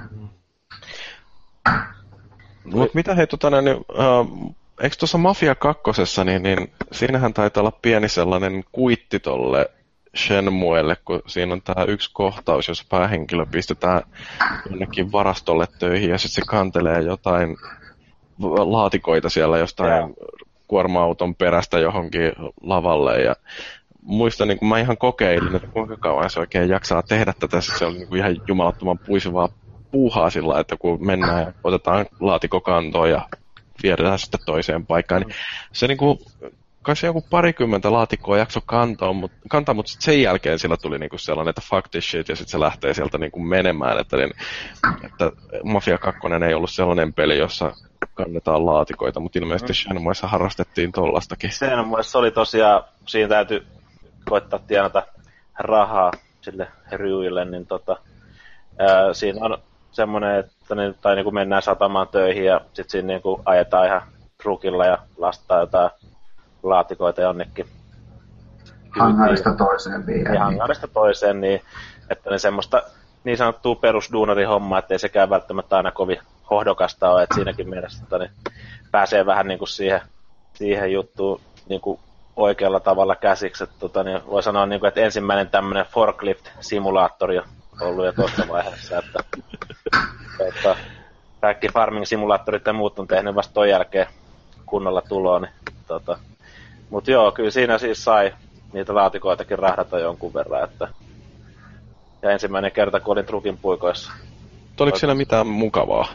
Mut mitä hei, tota, niin, äh, eikö tuossa Mafia kakkosessa, niin, niin siinähän taitaa olla pieni sellainen kuitti tolle Shenmuelle, kun siinä on tää yksi kohtaus, jossa päähenkilö pistetään jonnekin varastolle töihin ja sitten se kantelee jotain laatikoita siellä jostain yeah. kuorma-auton perästä johonkin lavalle ja muistan, niin kun mä ihan kokeilin, että kuinka kauan se oikein jaksaa tehdä tätä, se oli niin kuin ihan jumalattoman puisevaa puuhaa sillä, että kun mennään ja otetaan laatikokantoon ja viedään sitten toiseen paikkaan, niin se niin kuin, kai se joku parikymmentä laatikkoa jakso kantaa, mutta, kantaa, mutta sitten sen jälkeen sillä tuli niin kuin sellainen, että fuck this shit, ja sitten se lähtee sieltä niin kuin menemään, että, niin, että Mafia kaksi ei ollut sellainen peli, jossa kannetaan laatikoita, mutta ilmeisesti Shenmuessa harrastettiin tollastakin. Shenmuessa oli tosiaan, siinä täytyy koittaa tienata rahaa sille Ryuille, niin tota, ää, siinä on semmoinen, että ne, tai niin kuin mennään satamaan töihin ja sitten siinä niin kuin ajetaan ihan trukilla ja lastaa jotain laatikoita jonnekin. Hangarista toiseen viiään. Ja hangarista toiseen, niin että ne semmoista niin sanottua perusduunarihommaa, ettei sekään välttämättä aina kovin hohdokasta ole, että siinäkin mielessä että niin pääsee vähän niin kuin siihen, siihen juttuun niin kuin oikealla tavalla käsiksi. Että, tota, niin voi sanoa, niin kuin, että ensimmäinen tämmöinen forklift-simulaattori on ollut jo tuossa vaiheessa, että, että kaikki farming-simulaattorit ja muut on tehnyt vasta ton jälkeen kunnolla tuloa. Niin, tota. Mutta joo, kyllä siinä siis sai niitä laatikoitakin rahdata jonkun verran. Että... Ja ensimmäinen kerta, kun olin trukin puikoissa. Oliko siinä mitään mukavaa?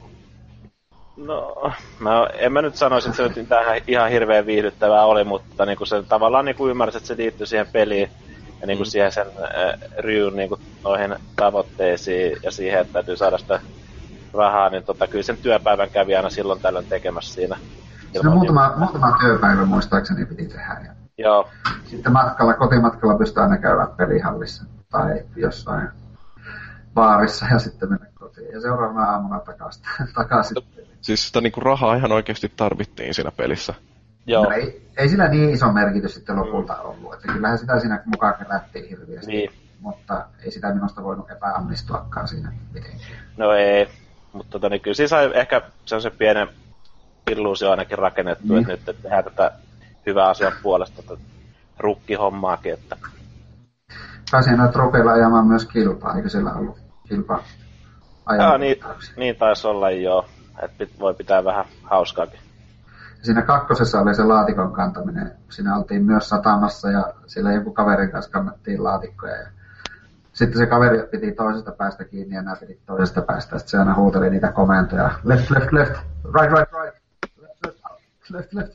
No, mä, en mä nyt sanoisi, että se nyt tähän ihan hirveän viihdyttävää oli, mutta niin kuin se tavallaan niin kuin ymmärsi, että se liittyy siihen peliin ja niin kuin mm. siihen sen äh, Ryyn niin kuin noihin tavoitteisiin ja siihen, että täytyy saada sitä rahaa, niin tota, kyllä sen työpäivän kävi aina silloin tällöin tekemässä siinä. No, muutama, niin... muutama työpäivä muistaakseni piti tehdä. Ja... Joo. Sitten matkalla, kotimatkalla pystyy aina käydä pelihallissa tai jossain baarissa ja sitten mennä kotiin. Ja seuraavana aamuna takaisin. takaisin. Siis sitä niinku rahaa ihan oikeasti tarvittiin siinä pelissä. Joo. No, ei, ei sillä niin iso merkitys sitten lopulta ollut. Että kyllähän sitä siinä mukaan kerättiin hirveästi. Niin. Mutta ei sitä minusta voinut epäonnistuakaan siinä mitenkään. No ei, mutta tota, niin kyllä siinä sai ehkä sellaisen pienen illuusio ainakin rakennettu, mm. että nyt että tehdään tätä hyvää asian puolesta tätä rukkihommaakin. Että... Pääsin noita rupeilla ajamaan myös kilpaa, eikö siellä ollut kilpaa ajamaan? Niin, niin taisi olla joo, että voi pitää vähän hauskaakin. Siinä kakkosessa oli se laatikon kantaminen. Siinä oltiin myös satamassa ja siellä joku kaverin kanssa kannattiin laatikkoja. Ja sitten se kaveri piti toisesta päästä kiinni ja nämä piti toisesta päästä. Sitten se aina huuteli niitä komentoja. Left, left, left. Right, right, right. Left, left, left, left.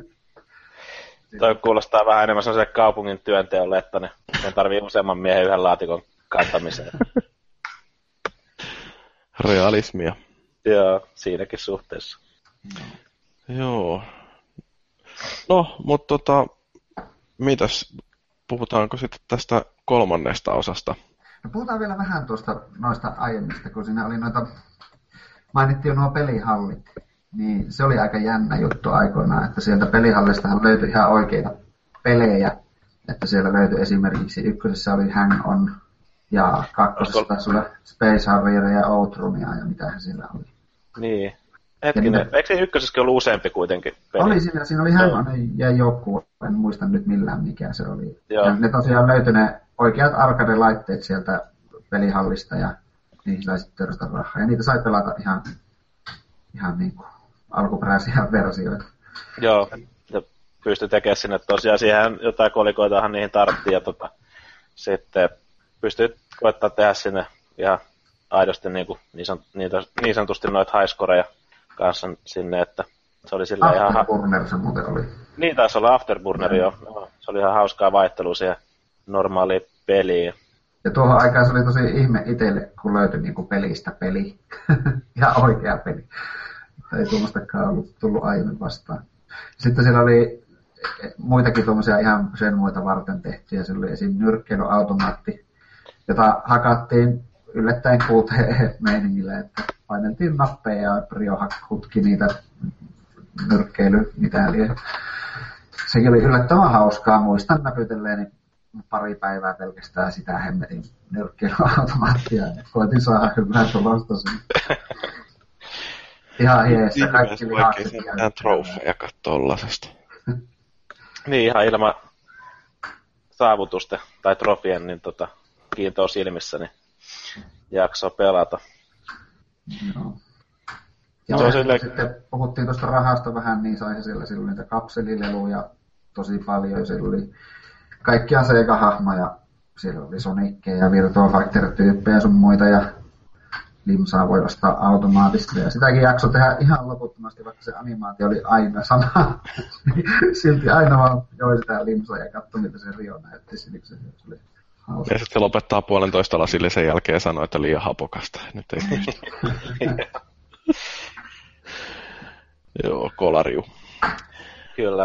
Toi kuulostaa vähän enemmän sellaiselle kaupungin työnteolle, että ne, ne tarvii useamman miehen yhden laatikon kantamiseen. Realismia. Joo, siinäkin suhteessa. Joo. No, mutta tota, mitäs, puhutaanko sitten tästä kolmannesta osasta? No, puhutaan vielä vähän tuosta noista aiemmista, kun siinä oli noita, mainittiin jo nuo pelihallit. Niin se oli aika jännä juttu aikoinaan, että sieltä pelihallistahan löytyi ihan oikeita pelejä. Että siellä löytyi esimerkiksi ykkösessä oli Hang On ja kakkosessa taisi olla Space Harrier ja Outrunnia ja mitähän siellä oli. Niin. Hetkinen, niitä... eikö se ykkösessäkin ollut useampi kuitenkin peli? Oli siinä, siinä oli Hang On ja joku, en muista nyt millään mikä se oli. Joo. Ja ne tosiaan löytyi ne oikeat arcade-laitteet sieltä pelihallista ja niihin sai sitten törstä rahaa. Ja niitä sai pelata ihan, ihan niin kuin alkuperäisiä versioita. Joo, ja pystyi tekemään sinne tosiaan siihen jotain kolikoitahan niihin tarttiin ja tota, sitten pystyi koettaa tehdä sinne ihan aidosti niin, kuin, niin, san, niitä, niin sanotusti noita highscoreja kanssa sinne, että se oli sillä ihan... Afterburner se muuten oli. Niin taisi olla Afterburner, joo. No, se oli ihan hauskaa vaihtelua siihen normaaliin peliin. Ja tuohon aikaan se oli tosi ihme itselle, kun löytyi niinku pelistä peli. Ihan oikea peli. Ei tuommoistakaan ollut tullut aiemmin vastaan. Sitten siellä oli muitakin tuommoisia ihan sen muita varten tehtyjä. Se oli esim. Nyrkkeilyautomaatti, jota hakattiin yllättäen kuuteen meiningillä, että paineltiin nappeja ja Prio hutki niitä nyrkkeily, mitä eli. Sekin oli yllättävän hauskaa. Muistan näpytelleeni pari päivää pelkästään sitä hemmetin nyrkkeilyautomaattia. Koitin saada hyvää tulosta siitä. Ihan jees. Kaikki lihakset. Ihan trofeja tollasesta. Niin, ihan ilman saavutusten tai trofien niin tota, kiintoa silmissä, niin jaksaa pelata. Joo. Ja se sille... sitten puhuttiin tuosta rahasta vähän, niin sai siellä silloin niitä kapselileluja tosi paljon. Siellä oli kaikkia Sega-hahmoja. Siellä oli Sonickeja ja Virtua Fighter-tyyppejä sun muita ja limsaa voi ostaa automaattisesti. Ja sitäkin jakso tehdä ihan loputtomasti, vaikka se animaatio oli aina sama. Silti aina vaan joi sitä limsaa ja katsoi, miltä se Rio näytti. Se oli hauska. Ja sitten se lopettaa puolentoista lasille sen jälkeen ja sanoo, että liian hapokasta. Nyt ei Joo, kolariu. Kyllä.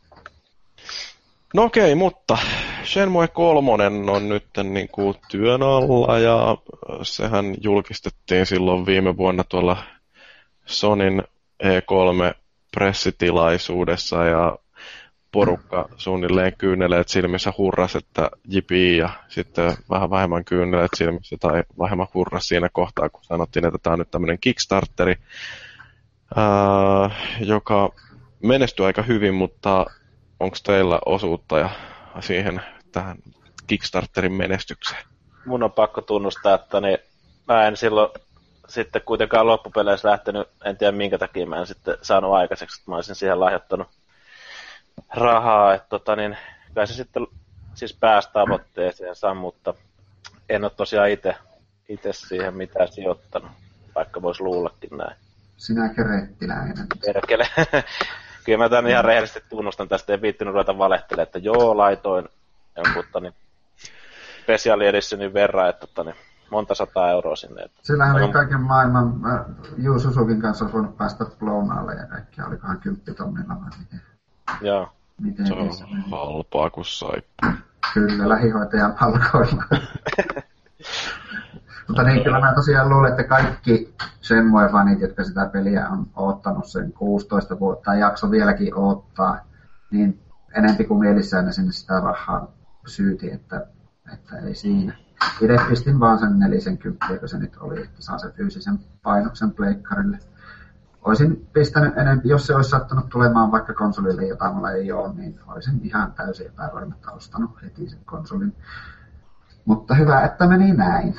No okei, mutta Shenmue kolme on nyt niin kuin työn alla ja sehän julkistettiin silloin viime vuonna tuolla Sonyn E kolme -pressitilaisuudessa ja porukka suunnilleen kyyneleet silmissä hurras, että jipii ja sitten vähän vähemmän kyyneleet silmissä tai vähemmän hurras siinä kohtaa, kun sanottiin, että tämä on nyt tämmöinen Kickstarteri, ää, joka menestyi aika hyvin, mutta onko teillä osuutta ja siihen tähän Kickstarterin menestykseen? Mun on pakko tunnustaa, että niin mä en silloin sitten kuitenkaan loppupeleissä lähtenyt, en tiedä minkä takia mä en sitten saanut aikaiseksi, että mä olisin siihen lahjoittanut rahaa, että tota niin, kai se sitten siis pääsi tavoitteeseen, mutta en ole tosiaan itse itse siihen mitään sijoittanut, vaikka voisi luullakin näin. Sinä kerettiläinen. Perkele. Kyllä mä tämän ihan rehellisesti tunnustan tästä, ei viittinyt ruveta valehtelemaan, että joo, laitoin jonkun tani, special editionin verran, että tani, monta sataa euroa sinne. Että sillähän oli kaiken maailman, Juu Susukin kanssa olisi voinut päästä Blownaalle ja kaikkea, olikohan kymppitonnilla vai miten? Joo. Miten se on halpaa kuin saippu. Kyllä, lähihoitajan palkoilla. Mutta niin, kyllä mä tosiaan luulen, että kaikki Shenmue-fanit, jotka sitä peliä on oottanut sen kuusitoista vuotta tai jakso vieläkin oottaa, niin enempi kuin mielissään ne sinne sitä rahaa syyti, että, että ei siinä. Itse pistin vaan sen nelisenkymppiä, kun se nyt oli, että saa sen fyysisen painoksen pleikkarille. Olisin pistänyt enempi, jos se olisi sattunut tulemaan vaikka konsolille, jota mulla ei ole, niin olisin ihan täysin epävarmatta ostanut heti sen konsolin. Mutta hyvä, että meni näin.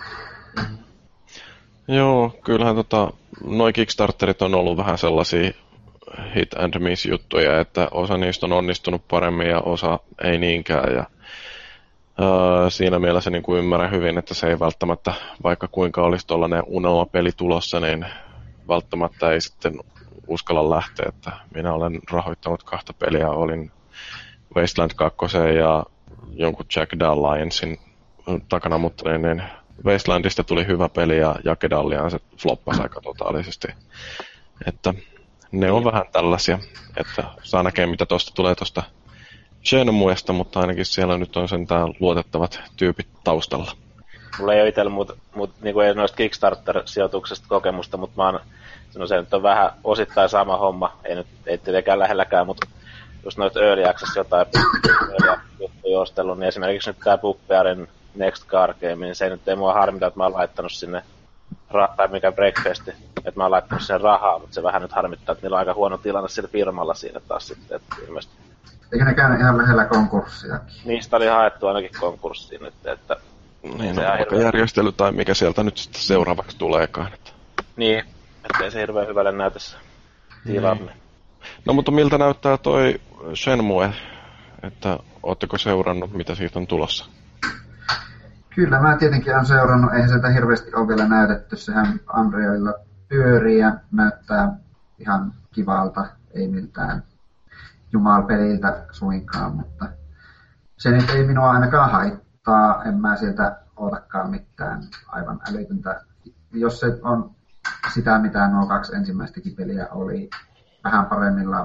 Joo, kyllähän tota, noi Kickstarterit on ollut vähän sellaisia hit and miss juttuja, että osa niistä on onnistunut paremmin ja osa ei niinkään. Ja, ää, siinä mielessä niin kuin ymmärrän hyvin, että se ei välttämättä, vaikka kuinka olisi tuollainen unelmapeli tulossa, niin välttämättä ei sitten uskalla lähteä. Että minä olen rahoittanut kahta peliä, olin Wasteland kaksi ja jonkun Jagged Alliancein takana, mutta niin, niin Wastelandista tuli hyvä peli ja Jagged Alliance floppasi aika totaalisesti. Että ne on vähän tällaisia, että saa näkee mitä tuosta tulee tuosta Shenmuesta, mutta ainakin siellä nyt on sentään luotettavat tyypit taustalla. Mulla ei ole itsellä mut, mut, niinku ei noista Kickstarter-sijoituksesta kokemusta, mutta mä oon, no se nyt on vähän osittain sama homma, ei nyt ei tietenkään lähelläkään, mutta just noita Early Access jotain juttuja ostellut, niin esimerkiksi nyt tää Buppearin Next Car Game, niin se nyt ei mua harmita, että mä oon laittanut sinne, ra- tai mikä Breakfast, että mä oon laittanut sinne rahaa, mutta se vähän nyt harmittaa, että niillä on aika huono tilanne sillä firmalla siinä taas sitten, että ilmeisesti. Eikö ne käynyt ihan lähellä konkurssiakin? Niistä oli haettu ainakin konkurssiin nyt, että niin, on vaikka järjestely tai mikä sieltä nyt sitten seuraavaksi tuleekaan. Että. Niin, ettei se hirveän hyvälle näytä se tilanne. Niin. No mutta miltä näyttää toi Shenmue, että ootteko seurannut, mitä siitä on tulossa? Kyllä, mä tietenkin olen seurannut, eihän sitä hirveästi ole vielä näytetty, sehän Unrealilla pyörii ja näyttää ihan kivalta, ei miltään jumalpeliltä suinkaan, mutta se nyt ei minua ainakaan haittaa, en mä sieltä ootakaan mitään aivan älytöntä. Jos se on sitä, mitä nuo kaksi ensimmäistäkin peliä oli, vähän paremmilla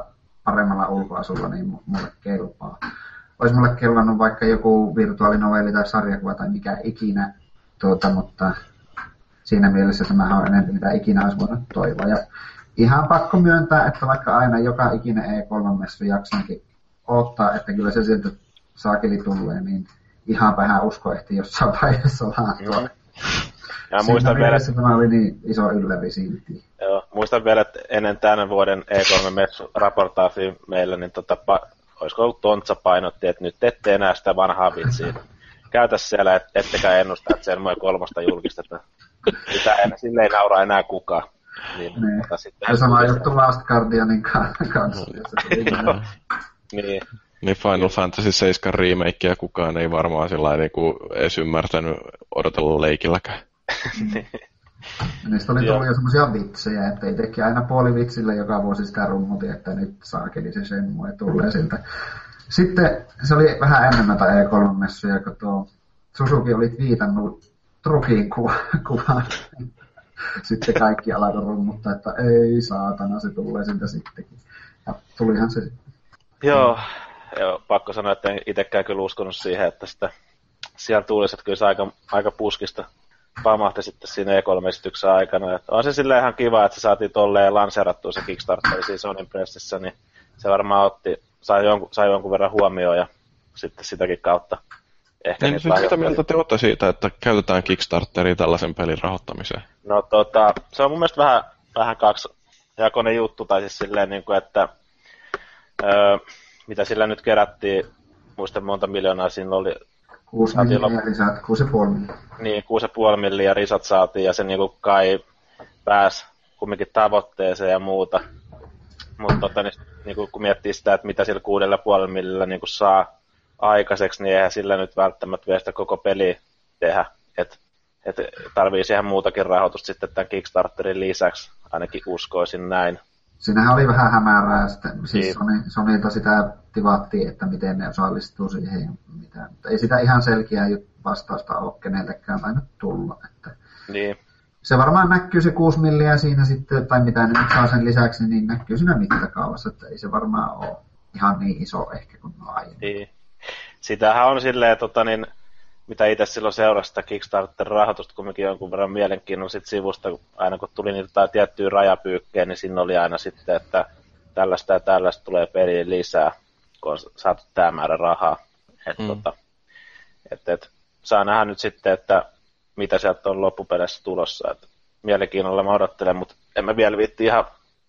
paremmalla ulkoasulla, niin mulle kelpaa. Olisi mulle kelvannut vaikka joku virtuaalinovelli tai sarjakuva tai mikä ikinä, tuota, mutta siinä mielessä tämähän on enemmän mitä ikinä olisi voinut toivoa. Ja ihan pakko myöntää, että vaikka aina joka ikinen E kolme -messu jaksankin odottaa, että kyllä se sieltä saakeli tulee, niin ihan vähän usko ehti jossain vaiheessa laatua. Mm. Ja muistan vielä, että tämä oli niin iso ylläri silti. Joo, muistan vielä, että ennen tämän vuoden E kolme -messu raportaasi meillä, niin tota, pa, olisiko ollut Tontsa painotti, että nyt ette enää sitä vanhaa vitsiä. Käytä siellä, et, ettekä ennusta, että sen kolmosta julkistetaan. Sitä en, sille ei naura enää kukaan. Niin, niin. Ja sama juttu Last Guardianin kanssa. Niin. Niin Final Fantasy seitsemän remakea kukaan ei varmaan sillä niinku edes ymmärtänyt odotella leikilläkään. Niistä oli tullut jo semmosia vitsejä, että itsekin aina puolivitsillä joka vuosi sitä rummutin, että nyt saakeli se Shenmue tulee siltä. Sitten se oli vähän ennen näitä E kolme -messuja, kun tuo Suzuki oli viitannut Trukin kuvaan. Sitten kaikki alkoi rummuttaa, että ei saatana, se tulee siltä sittenkin. Ja tulihan se sitten. Joo, joo, pakko sanoa, että en itsekään kyllä uskonut siihen, että sitä siellä tulisi, että kyllä se aika, aika puskista pamahti sitten siinä E kolme -esityksen aikana. Että on se silleen ihan kiva, että se saatiin tolleen lanseerattua se Kickstarter siinä Sonyn pressissä, niin se varmaan otti, sai jonkun, sai jonkun verran huomioon ja sitten sitäkin kautta. Ehkä niin, siis mitä mieltä te olette siitä, että käytetään Kickstarteria tällaisen pelin rahoittamiseen? No tota, se on mun mielestä vähän, vähän kaksijakoinen juttu, tai siis silleen, niin kuin, että öö, mitä sillä nyt kerättiin, muistan monta miljoonaa siinä oli. Kuusi miljoonaa risat, kuusi ja puoli miljoonaa. Niin, kuusi ja puoli miljoonaa ja risat saatiin, ja se niin kuin kai pääsi kumminkin tavoitteeseen ja muuta. Mutta tota, niin, niin kuin, kun miettii sitä, että mitä sillä kuudella ja puolella miljoonalla niin kuin saa aikaiseksi, niin eihän sillä nyt välttämättä vielä sitä koko peliä tehdä. Että et tarvii siihen muutakin rahoitusta sitten tämän Kickstarterin lisäksi, ainakin uskoisin näin. Siinähän oli vähän hämärää, sitten, siis Sony, Sonylta sitä tivattiin, että miten ne osallistuu siihen ja mitä. Mutta ei sitä ihan selkeää vastausta ole keneltäkään aina tulla. Että niin. Se varmaan näkyy se kuusi milliä siinä sitten, tai mitä ne nyt saa sen lisäksi, niin näkyy siinä mittakaavassa, että ei se varmaan ole ihan niin iso ehkä kuin no aiemmin. Niin. Sitähän on silleen, tota, niin, mitä itse silloin seurasi sitä Kickstarter-rahoitusta kumminkin jonkun verran mielenkiinnon sit sivusta, aina kun tuli niitä tiettyjä rajapyykkejä, niin siinä oli aina sitten, että tällaista ja tällaista tulee peliin lisää, kun on saatu tämä määrä rahaa. Et, mm. tota, et, et, saa nähdä nyt sitten, että mitä sieltä on loppupeleissä tulossa. Et, mielenkiinnolla mä odottelen, mutta en mä vielä viitti ihan,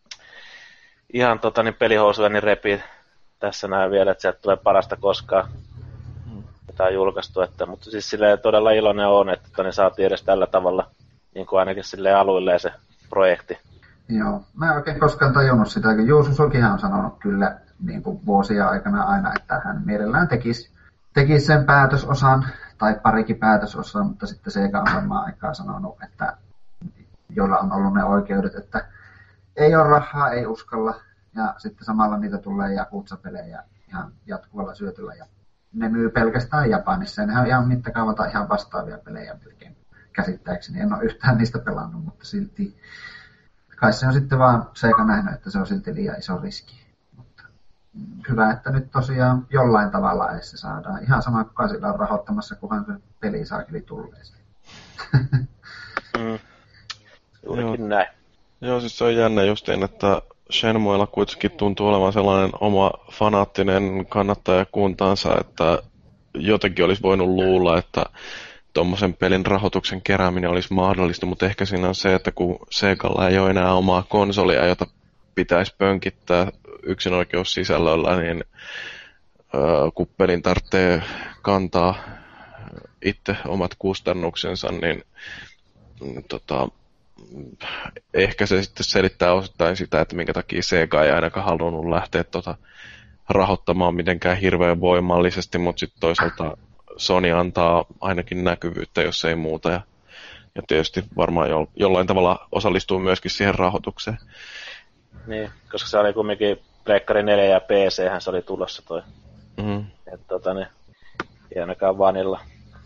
ihan tota, niin pelihousuja niin repii tässä näin vielä, että sieltä tulee parasta koskaan. Tämä on julkaistu, että, mutta siis silleen todella iloinen on, että ne saatiin edes tällä tavalla niin kuin ainakin silleen aluilleen se projekti. Joo, mä en oikein koskaan tajunnut sitä, kun Juuso Sokihan on sanonut kyllä niin kuin vuosia aikana aina, että hän mielellään tekisi, tekisi sen päätösosan tai parikin päätösosaa, mutta sitten Sega on samaan aikaan sanonut, että joilla on ollut ne oikeudet, että ei ole rahaa, ei uskalla ja sitten samalla niitä tulee Yakuza-pelejä ihan jatkuvalla syötöllä ja ne myy pelkästään Japanissa, ja nehän on ihan mittakaavalta ihan vastaavia pelejä melkein käsittääkseni. En ole yhtään niistä pelannut, mutta silti kai se on sitten vaan Sega nähnyt, että se on silti liian iso riski. Mutta hyvä, että nyt tosiaan jollain tavalla edes se saadaan. Ihan sama kuin sillä on rahoittamassa, kunhan se peli saakeli tulee. Mm. Juurikin näin. Joo, siis se on jännä justiin, että Shenmuella kuitenkin tuntuu olevan sellainen oma fanaattinen kannattajakuntansa, että jotenkin olisi voinut luulla, että tuommoisen pelin rahoituksen kerääminen olisi mahdollista, mutta ehkä siinä on se, että kun Segalla ei ole enää omaa konsolia, jota pitäisi pönkittää yksinoikeussisällöllä, niin äh, kun pelin tarvitsee kantaa itse omat kustannuksensa, niin tota, ehkä se sitten selittää osittain sitä, että minkä takia Sega ei ainakaan halunnut lähteä tota rahoittamaan mitenkään hirveän voimallisesti, mutta sitten toisaalta Sony antaa ainakin näkyvyyttä, jos ei muuta. Ja, ja tietysti varmaan jo, jollain tavalla osallistuu myöskin siihen rahoitukseen. Niin, koska se oli kumminkin Pleikkari neljä ja P C-hän se oli tulossa toi. Mm-hmm. Että tota niin, ei ainakaan vanilla.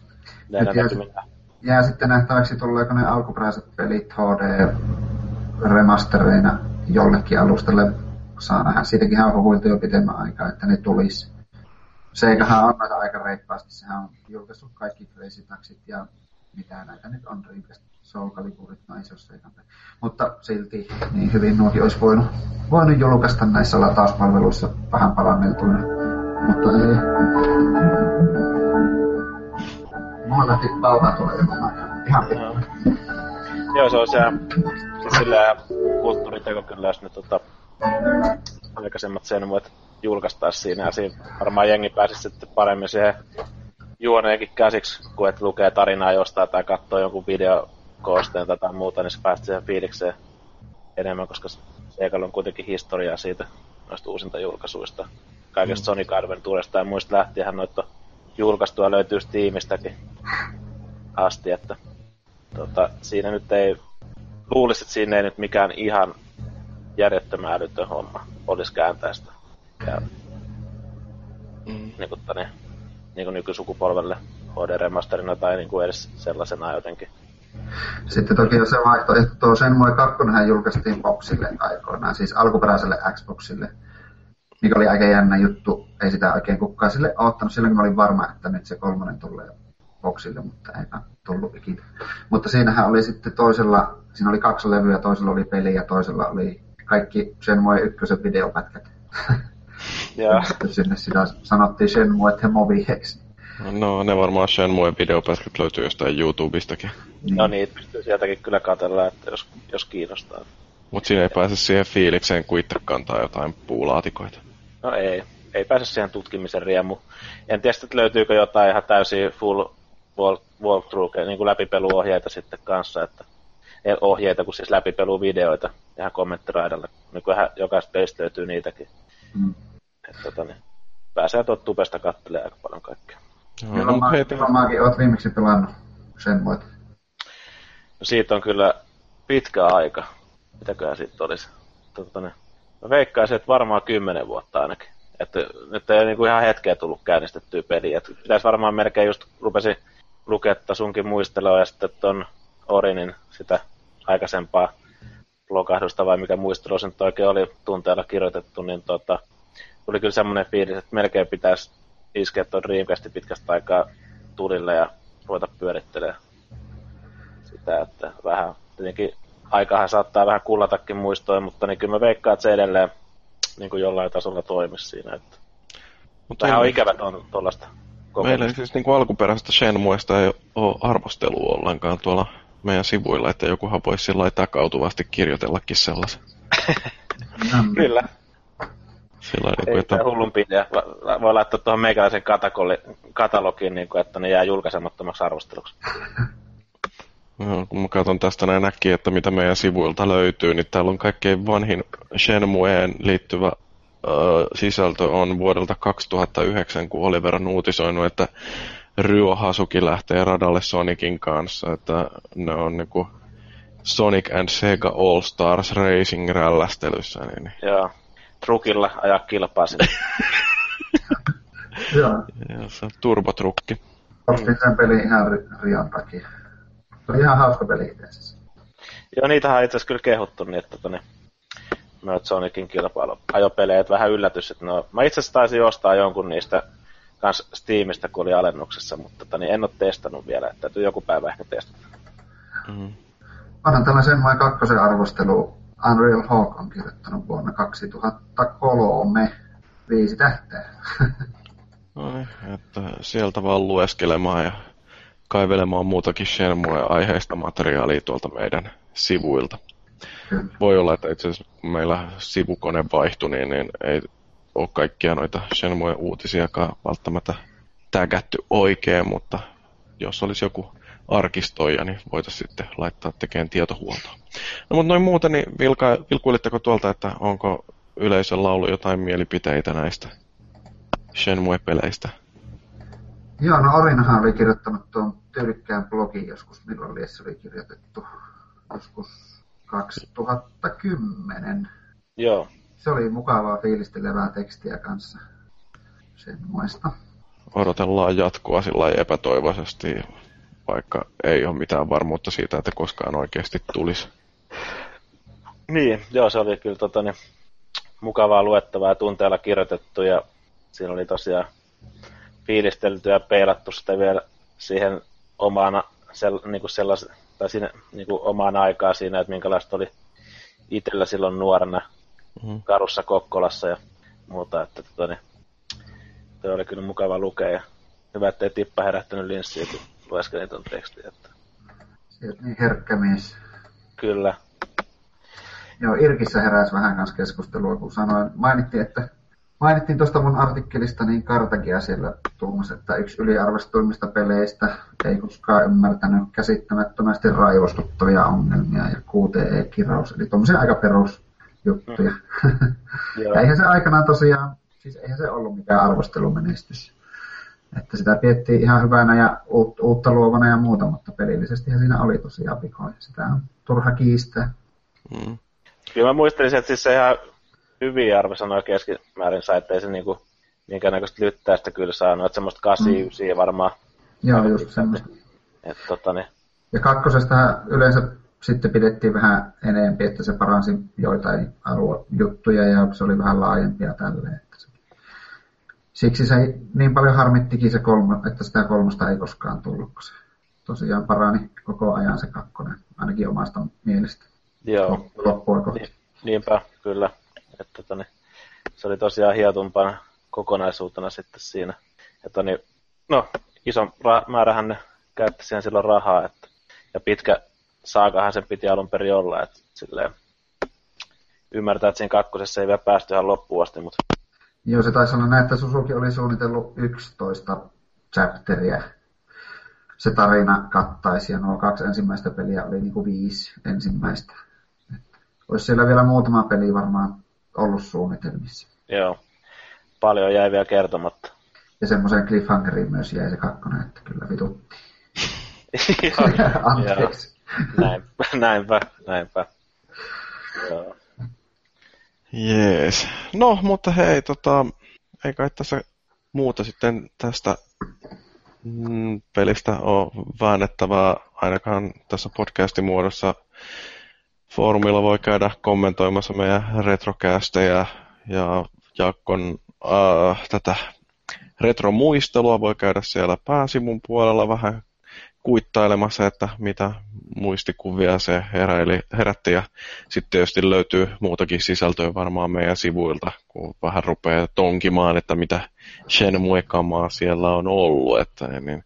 Jää sitten nähtäväksi, tuleeko ne alkuperäiset pelit H D-remastereina jollekin alustalle saa nähdä. Siitäkin on huhuiltu jo pitemmän aikaa, että ne tulisi. Seikahan on näitä aika reippaasti. Sehän on julkaissut kaikki Crazy Taxit ja mitä näitä nyt on, Dreamcast, Soul Caliburit, no ei se ole Seikan. Mutta silti niin hyvin nuokin olisi voinut, voinut julkaista näissä latauspalveluissa vähän paranneltuina. Mutta ei. Mulla lähti pauhaa tuolla ihan pikkuinen. Joo, se on se siis silleen kulttuuriteko kyllä, jos ne tota, aikaisemmat sen voit julkaistaa siinä. Ja siinä varmaan jengi pääsisi sitten paremmin siihen juoneenkin käsiksi, kun et lukee tarinaa jostain tai katsoo jonkun videokoosteen tai muuta, niin se päästä siihen fiilikseen enemmän, koska Seikalla on kuitenkin historiaa siitä noista uusinta julkaisuista. Kaikesta mm. Sonic Adventuresta ja muista lähtien noita on julkaistu ja löytyy Steamistäkin asti, että tota, siinä nyt ei, luulisi, että siinä ei nyt mikään ihan järjettömän älytön homma olisi kääntää sitä. Ja, mm. niin kuin, tani, niin kuin nykysukupolvelle H D-remasterina tai niin kuin edes sellaisena jotenkin. Sitten toki on se vaihtoehto, tuo Shenmue kaksi julkaistiin Boxille aikoinaan, siis alkuperäiselle Xboxille, mikä oli aika jännä juttu. Ei sitä oikein kukaan sille oottanut, silloin mä olin varma, että nyt se kolmonen tulee Boxille, mutta eipä tullut ikinä. Mutta siinähän oli sitten toisella, siinä oli kaksi levyä, toisella oli peli ja toisella oli kaikki Shenmue ykkösen videopätkät. Ja sinne sitä sanottiin Shenmue Temovieksi. No ne varmaan Shenmue videopätkät löytyy jostain YouTubestakin. Niin. No niitä pystyy sieltäkin kyllä katsella, että jos, jos kiinnostaa. Mut siinä ei pääse siihen fiilikseen, kun itse kantaa jotain puulaatikoita. No ei, ei pääse siihen tutkimisen riemu. En tiedä, että löytyykö jotain ihan täysin full walkthrough, niin kuin läpipeluohjeita sitten kanssa, että ei ohjeita, kun siis läpipeluvideoita ihan kommenttiraidalla. Nykyään jokaista peistä löytyy niitäkin. Mm. Että tota, niin pääsee tuot tubesta kattelemaan aika paljon kaikkea. No, no, mä, heti... Mäkin oot viimeksi pelannut Shenmuet. No siitä on kyllä pitkä aika. Mitäköhän siitä olisi? Tota, niin, mä veikkaisin, että varmaan kymmenen vuotta ainakin. Että nyt ei niinku ihan hetkeä tullut käynnistettyä peliä. Et pitäisi varmaan melkein just rupesi luketta sunkin muistelua ja sitten ton Orinin sitä aikaisempaa blogahdusta vai mikä muistelu se nyt oikein oli tunteella kirjoitettu, niin tota, tuli kyllä semmoinen fiilis, että melkein pitäisi iskeä tuon Dreamcastin pitkästä aikaa tulille ja ruveta pyörittelemään sitä, että vähän tietenkin aikahan saattaa vähän kullatakin muistoin, mutta niin kyllä mä veikkaan, että se edelleen niin kuin jollain tasolla toimisi siinä. Että mutta vähän on ikävä tuollaista kokemusta. Meillä siis niin kuin alkuperäisestä Shenmuesta ei ole arvostelua ollenkaan tuolla meidän sivuilla, että jokuhan voisi sillä lailla takautuvasti kirjoitellakin sellaisen. Kyllä. Sillä ei että... hullumpi idea. Voi laittaa tuohon meikäläisen katalogiin, niin kuin, että ne jää julkaisemattomaksi arvosteluksi. No, kun mä katson tästä näin äkkiä, että mitä meidän sivuilta löytyy, niin täällä on kaikkein vanhin Shenmueen liittyvä ö, sisältö on vuodelta kaksituhattayhdeksän, kun Oliver on uutisoinut, että Ryo Hasuki lähtee radalle Sonicin kanssa, että ne on niinku Sonic and Sega All Stars Racing rällästelyssä. Niin... Joo, trukilla ajaa kilpaa sinne. Joo. Ja se on turbotrukki. Ostin sen pelin ihan Rion takia. Se on ihan hauska peli itse. Joo, niitähän on itse asiassa kyllä kehuttu, niin että toni, noita Sonicin kilpailu ajopelejä, että vähän yllätys, että no, mä itse asiassa taisin ostaa jonkun niistä kans Steamista, kun oli alennuksessa, mutta toni, en ole testannut vielä, että täytyy joku päivä ehkä testata. Mm-hmm. Onhan tällaisen vai kakkosen arvostelu Unreal Hawk on kirjoittanut vuonna kaksituhattakolme viisi tähteä. No niin, että sieltä vaan lueskelemaan ja kaivelemaan muutakin Shenmue-aiheista materiaalia tuolta meidän sivuilta. Kyllä. Voi olla, että itse asiassa kun meillä sivukone vaihtui, niin, niin ei ole kaikkia noita Shenmue-uutisiakaan välttämättä tägätty oikein, mutta jos olisi joku arkistoija, niin voitaisiin sitten laittaa tekemään tietohuoltoa. No mutta noin muuten, niin vilka, vilkuilitteko tuolta, että onko yleisöllä ollut jotain mielipiteitä näistä Shenmue-peleistä? Joo, no Orinahan oli kirjoittanut tuon tyylikkään blogin joskus, milloin liessä oli kirjoitettu, joskus kaksituhattakymmenen. Joo. Se oli mukavaa fiilistelevää tekstiä kanssa Shenmuesta. Odotellaan jatkoa sillä epätoivoisesti, vaikka ei ole mitään varmuutta siitä, että koskaan oikeasti tulisi. Niin, joo, se oli kyllä tota, niin, mukavaa luettavaa ja tunteella kirjoitettu ja siinä oli tosiaan fiilistelty ja peilattu sitä vielä siihen omana, sell, niinku sellais, tai siinä, niinku omaan aikaan siinä, että minkälaista oli itsellä silloin nuorena mm-hmm. karussa Kokkolassa ja muuta, että tota, niin, toi oli kyllä mukava lukea ja hyvä, ettei tippa herättänyt linssiä, kun lueskelin ton tekstin. Että... Sieltä niin herkkä mies. Kyllä. Joo, Irkissä heräsi vähän kanssa keskustelua, kun sanoin, mainittiin, että mainittiin tuosta mun artikkelista, niin Kartagia siellä tuumasi, että yksi yliarvostuimmista peleistä ei koskaan ymmärtänyt käsittämättömästi raivostuttavia ongelmia ja Q T E-kiraus, eli tuommoisia aika perusjuttuja. Mm. Ja eihän se aikanaan tosiaan, siis eihän se ollut mikään arvostelumenestys. Että sitä piettiin ihan hyvänä ja uutta luovana ja muuta, mutta pelillisestihän siinä oli tosiaan vikoja. Sitä on turha kiistää. Mm. Kyllä mä muistelisin, että siis se ihan hyviä arvosanoja keskimäärin sai, ettei se niinku minkäännäköistä lyttäistä kyllä saanut, että semmoista kahdeksan yhdeksän mm. varmaan. Joo, just semmoista. Et, tota, niin. Ja kakkosesta yleensä sitten pidettiin vähän enemmän, että se paransi joitain aluejuttuja ja se oli vähän laajempia tälleen. Siksi se niin paljon harmittikin se kolmo, että sitä kolmosta ei koskaan tullut, kun se tosiaan parani koko ajan se kakkonen, ainakin omasta mielestä. Joo, loppua kohti. Niin, niinpä, kyllä. Että, toni, se oli tosiaan hietumpana kokonaisuutena sitten siinä. Että, niin, no, iso ra- määrähän ne käytti siihen silloin rahaa, että, ja pitkä saakahan sen piti alun perin olla, että silleen, ymmärtää, että siinä kakkosessa ei vielä päästy ihan loppuun asti, mutta... Joo, se taisi olla näin, että Suzuki oli suunnitellut yksitoista chapteria. Se tarina kattaisi ja nuo kaksi ensimmäistä peliä oli niin kuin viisi ensimmäistä. Että olisi siellä vielä muutama peli varmaan ollut suunnitelmissa. Joo, paljon jäi vielä kertomatta. Ja semmoiseen cliffhangeriin myös jäi se kakkonen, että kyllä vituttiin. Anteeksi. Näinpä, näinpä, näinpä. Joo. Jees. No, mutta hei, tota, ei kai tässä muuta sitten tästä mm, pelistä ole väännettävää, ainakaan tässä podcastin muodossa. Foorumilla voi käydä kommentoimassa meidän retrocasteja ja Jaakon äh, tätä retromuistelua voi käydä siellä pääsivun puolella vähän kuittailemassa, että mitä muistikuvia se heräili, herätti. Ja sitten tietysti löytyy muutakin sisältöä varmaan meidän sivuilta, kun vähän rupeaa tonkimaan, että mitä Shenmue-kamaa siellä on ollut. Että, niin,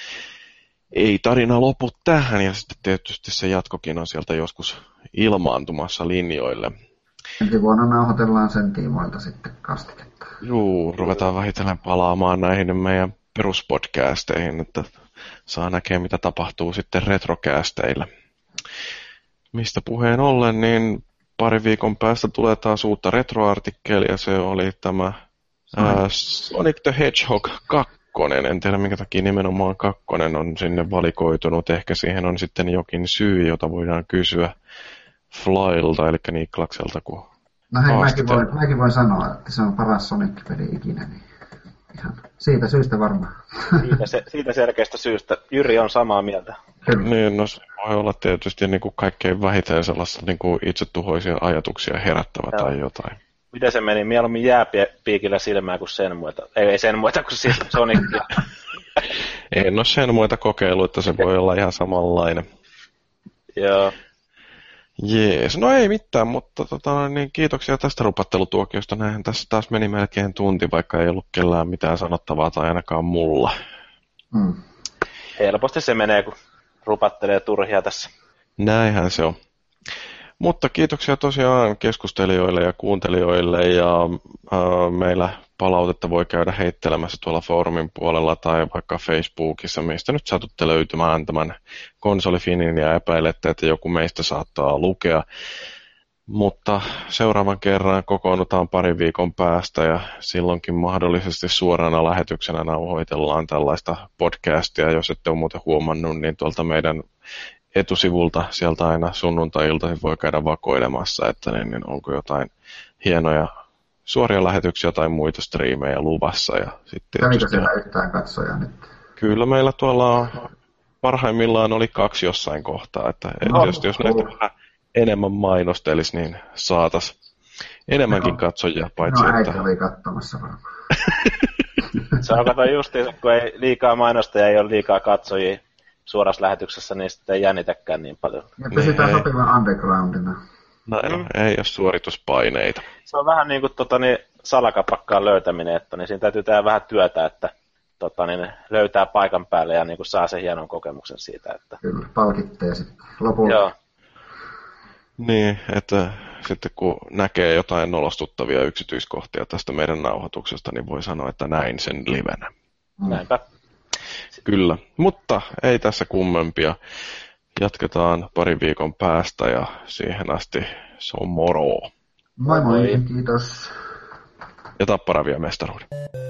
ei tarina lopu tähän, ja sitten tietysti se jatkokin on sieltä joskus ilmaantumassa linjoille. Ensi vuonna nauhoitellaan sen tiimoilta sitten kastiketta. Juu, ruvetaan vähitellen palaamaan näihin meidän peruspodcasteihin, että saa näkeä, mitä tapahtuu sitten retrocasteilla. Mistä puheen ollen, niin pari viikon päästä tulee taas uutta retroartikkelia. Se oli tämä ää, Sonic the Hedgehog kaksi. En tiedä, minkä takia nimenomaan kakkonen on sinne valikoitunut. Ehkä siihen on sitten jokin syy, jota voidaan kysyä Flylta, eli Niklakselta. Kun no hei, mäkin voin, mäkin voin sanoa, että se on paras Sonic-peli ikinä. Niin ihan siitä syystä varmaan. Siitä, se, siitä selkeästä syystä. Jyri on samaa mieltä. Kyllä. Niin, no se voi olla tietysti niin kuin kaikkein vähiten sellaista niin kuin itsetuhoisia ajatuksia herättävä Joo. tai jotain. Miten se meni? Mieluummin jääpiikillä silmää kuin sen muita. Ei, ei sen muita kuin siis Sonicia. En ole sen muita kokeillut, että se voi olla ihan samanlainen. Joo. Jees, no ei mitään, mutta tota, niin kiitoksia tästä rupattelutuokiosta. Näinhän tässä taas meni melkein tunti, vaikka ei ollut kellään mitään sanottavaa tai ainakaan mulla. Mm. Helposti se menee, kun rupattelee turhia tässä. Näinhän se on. Mutta kiitoksia tosiaan keskustelijoille ja kuuntelijoille, ja äh, meillä palautetta voi käydä heittelemässä tuolla foorumin puolella tai vaikka Facebookissa, mistä nyt satutte löytymään tämän konsolifinin ja epäilette, että joku meistä saattaa lukea. Mutta seuraavan kerran kokoonnutaan parin viikon päästä ja silloinkin mahdollisesti suorana lähetyksenä nauhoitellaan tällaista podcastia. Jos ette ole muuten huomannut, niin tuolta meidän etusivulta sieltä aina sunnuntai-iltaisin voi käydä vakoilemassa, että niin, niin onko jotain hienoja suoria lähetyksiä tai muita striimejä luvassa. Ja sitten kävikö siellä yhtään katsoja nyt? Kyllä meillä tuolla parhaimmillaan oli kaksi jossain kohtaa, että no, tietysti jos näitä vähän enemmän mainostelisi, niin saatas. enemmänkin No. katsojia, paitsi No äiti että... oli katsomassa varmaan. Se on kato justiin, kun ei liikaa mainosta ja ei ole liikaa katsojia suorassa lähetyksessä, niin sitten ei jännitäkään niin paljon. Ja pysytään Niin, sopivan undergroundina. Näin on, Mm. ei ole suorituspaineita. Se on vähän niin kuin tota, niin, salakapakkaan löytäminen, että niin siinä täytyy tehdä vähän työtä, että tota, niin, löytää paikan päälle ja niin kuin, saa sen hienon kokemuksen siitä. Että... Kyllä, palkittee sitten lopulla. Joo. Niin, että sitten kun näkee jotain nolostuttavia yksityiskohtia tästä meidän nauhoituksesta, niin voi sanoa, että näin sen livenä. Näinpä. Kyllä, mutta ei tässä kummempia. Jatketaan parin viikon päästä ja siihen asti se on moro. Moi moi, Moi. kiitos. Ja Tappara vie mestaruuden.